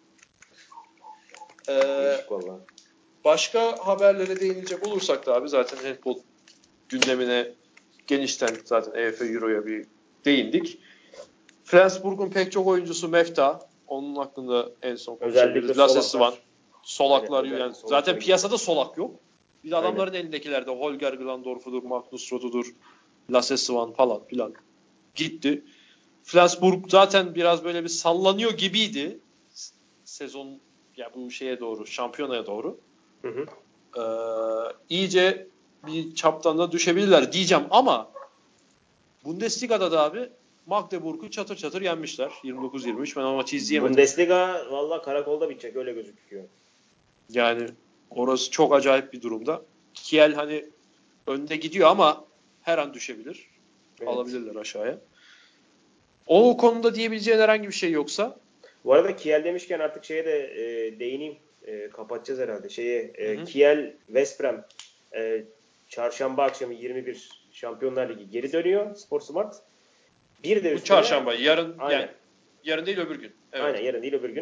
Değişik valla. Başka haberlere değinecek olursak da abi zaten handball gündemine genişten zaten EFF Euro'ya bir değindik. Flensburg'un pek çok oyuncusu Mefta. Onun hakkında en son konuşabiliriz. Lasse Svan. Solaklar yani zaten piyasada solak yok. Bir de adamların elindekilerde Holger Glandorf'udur, Magnus Roth'udur, Lasse Svan falan filan gitti. Flensburg zaten biraz böyle bir sallanıyor gibiydi. Sezon ya bu şeye doğru, şampiyonaya doğru. İyice bir çaptan da düşebilirler diyeceğim ama Bundesliga'da da abi Magdeburg'u çatır çatır yenmişler. 29-23. Ben o maçı izleyemedim. Bundesliga valla karakolda bitecek öyle gözüküyor. Yani orası çok acayip bir durumda. Kiel hani önde gidiyor ama her an düşebilir. Evet. Alabilirler aşağıya. O konuda diyebileceğin herhangi bir şey yoksa? Bu arada Kiel demişken artık şeye de değineyim. Kapatacağız herhalde. Kiel West çarşamba akşamı 21 Şampiyonlar Ligi geri dönüyor. Spor Smart. Bir de bu çarşamba. Yarın aynen. Yani yarın değil öbür gün. Evet. Aynen yarın değil öbür gün.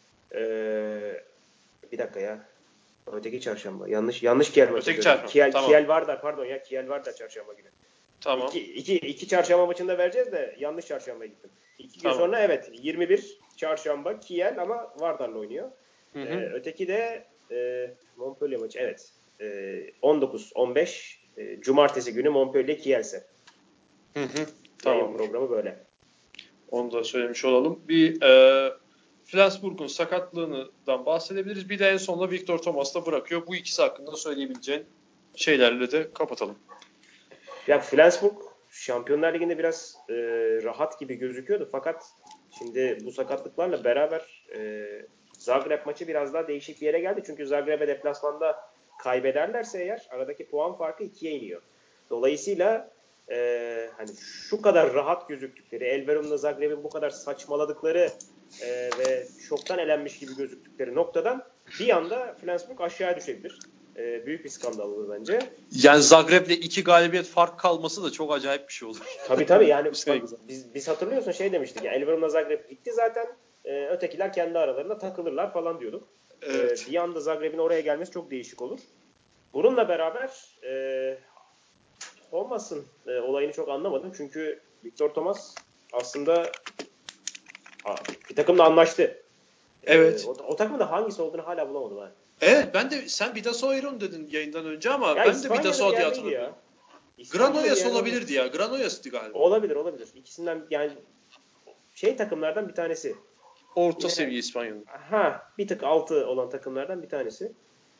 Bir dakika ya. Öteki çarşamba. Yanlış Kiel maçı. Öteki çarşamba. Kiel Vardar pardon ya. Kiel Vardar çarşamba günü. Tamam. İki çarşamba maçında vereceğiz de yanlış çarşambaya gittim. 2 gün sonra evet 21 çarşamba Kiel ama Vardar'la oynuyor. Öteki de Montpellier maçı. Evet. 19-15 cumartesi günü Montpellier Kiel'se. Tamam. Programı böyle. Onu da söylemiş olalım. Bir Flensburg'un sakatlığından bahsedebiliriz. Bir de en sonunda Victor Thomas da bırakıyor. Bu ikisi hakkında söyleyebileceğin şeylerle de kapatalım. Ya Flensburg Şampiyonlar Ligi'nde biraz rahat gibi gözüküyordu. Fakat şimdi bu sakatlıklarla beraber Zagreb maçı biraz daha değişik bir yere geldi. Çünkü Zagreb'e deplasmanda kaybederlerse eğer aradaki puan farkı 2'ye iniyor. Dolayısıyla hani şu kadar rahat gözüktükleri, Elverum'la Zagreb'in bu kadar saçmaladıkları ve şoktan elenmiş gibi gözüktükleri noktadan bir anda Flensburg aşağıya düşebilir. Büyük bir skandal olur bence. Yani Zagreb'le 2 galibiyet fark kalması da çok acayip bir şey olur. Tabii yani Şey biz hatırlıyorsun şey demiştik ya, Elverum'la Zagreb gitti zaten, ötekiler kendi aralarında takılırlar falan diyorduk. Evet. Bir anda Zagreb'in oraya gelmesi çok değişik olur. Bununla beraber Thomas'ın olayını çok anlamadım. Çünkü Victor Thomas aslında bir takımla anlaştı. Evet. O takımın da hangisi olduğunu hala bulamadım. Ha. Evet, ben de sen Bidasoir'un dedin yayından önce ama Ya ben de Bidasoir diye İspanya'da bir hatırlıyorum. İspanya'da Granollers olabilirdi ya. Granolles'ti galiba. Olabilir. İkisinden yani takımlardan bir tanesi. Orta Yine, seviye İspanya'nın. Bir tık altı olan takımlardan bir tanesi.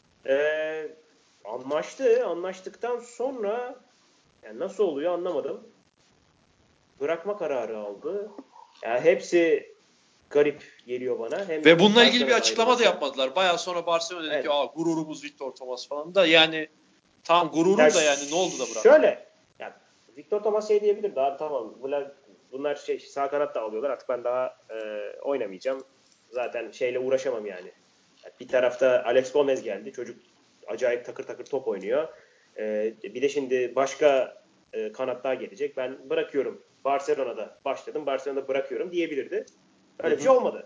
Anlaştıktan sonra yani nasıl oluyor anlamadım. Bırakma kararı aldı. Yani hepsi garip geliyor bana. Ve bununla ilgili bir açıklama da yapmadılar. Bayağı sonra Barcelona dedi ki gururumuz Victor Thomas falan da yani tamam gururun da yani ne oldu da bıraktı? Şöyle yani Victor Thomas şey diyebilirdi abi, tamam bunlar sağ kanat da alıyorlar, artık ben daha oynamayacağım. Zaten şeyle uğraşamam yani. Bir tarafta Alex Gomez geldi. Çocuk acayip takır takır top oynuyor. Bir de şimdi başka kanatlar gelecek. Ben bırakıyorum. Barcelona'da başladım. Barcelona'da bırakıyorum diyebilirdi. Öyle bir şey olmadı.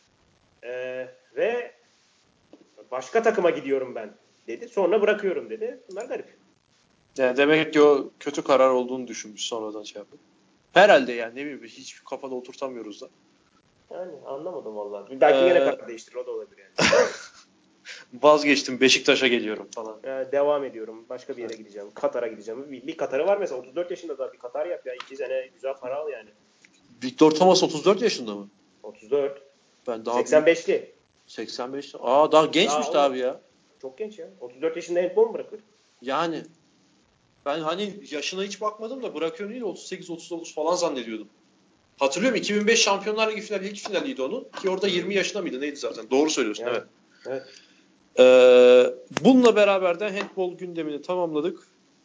Ve başka takıma gidiyorum ben dedi. Sonra bırakıyorum dedi. Bunlar garip. Yani demek ki o kötü karar olduğunu düşünmüş sonradan şey yapıp. Herhalde yani ne bileyim hiç kafada oturtamıyoruz da. Yani anlamadım vallahi. Belki yine karar değiştirir, o da olabilir yani. Vazgeçtim, Beşiktaş'a geliyorum falan. Devam ediyorum. Başka bir yere gideceğim. Katar'a gideceğim. Bir Katar'ı var mesela. 34 yaşında da bir Katar yap ya. 2 sene güzel para al yani. Victor Thomas 34 yaşında mı? 34. Ben daha 85'li. 85. Daha gençmiş abi ya. Çok genç ya. 34 yaşında handball mu bırakır? Yani ben hani yaşına hiç bakmadım da bırakıyor değil 38-39 falan zannediyordum. Hatırlıyorum 2005 Şampiyonlar Ligi finali ilk finaliydi onun. Ki orada 20 yaşında mıydı neydi zaten. Doğru söylüyorsun yani, evet. Evet. Bununla beraber de handball gündemini tamamladık.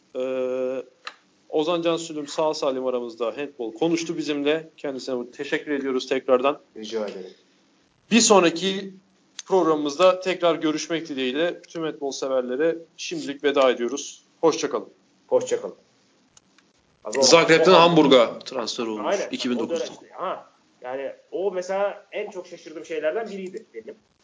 Ozan Cansülüm sağ salim aramızda handball konuştu bizimle. Kendisine teşekkür ediyoruz tekrardan. Rica ederim. Bir sonraki programımızda tekrar görüşmek dileğiyle tüm handball severlere şimdilik veda ediyoruz. Hoşçakalın. Hoşçakalın. Zagreb'den Hamburg'a transfer olmuş. Aynen. 2009'da. Yani o mesela en çok şaşırdığım şeylerden biriydi benim.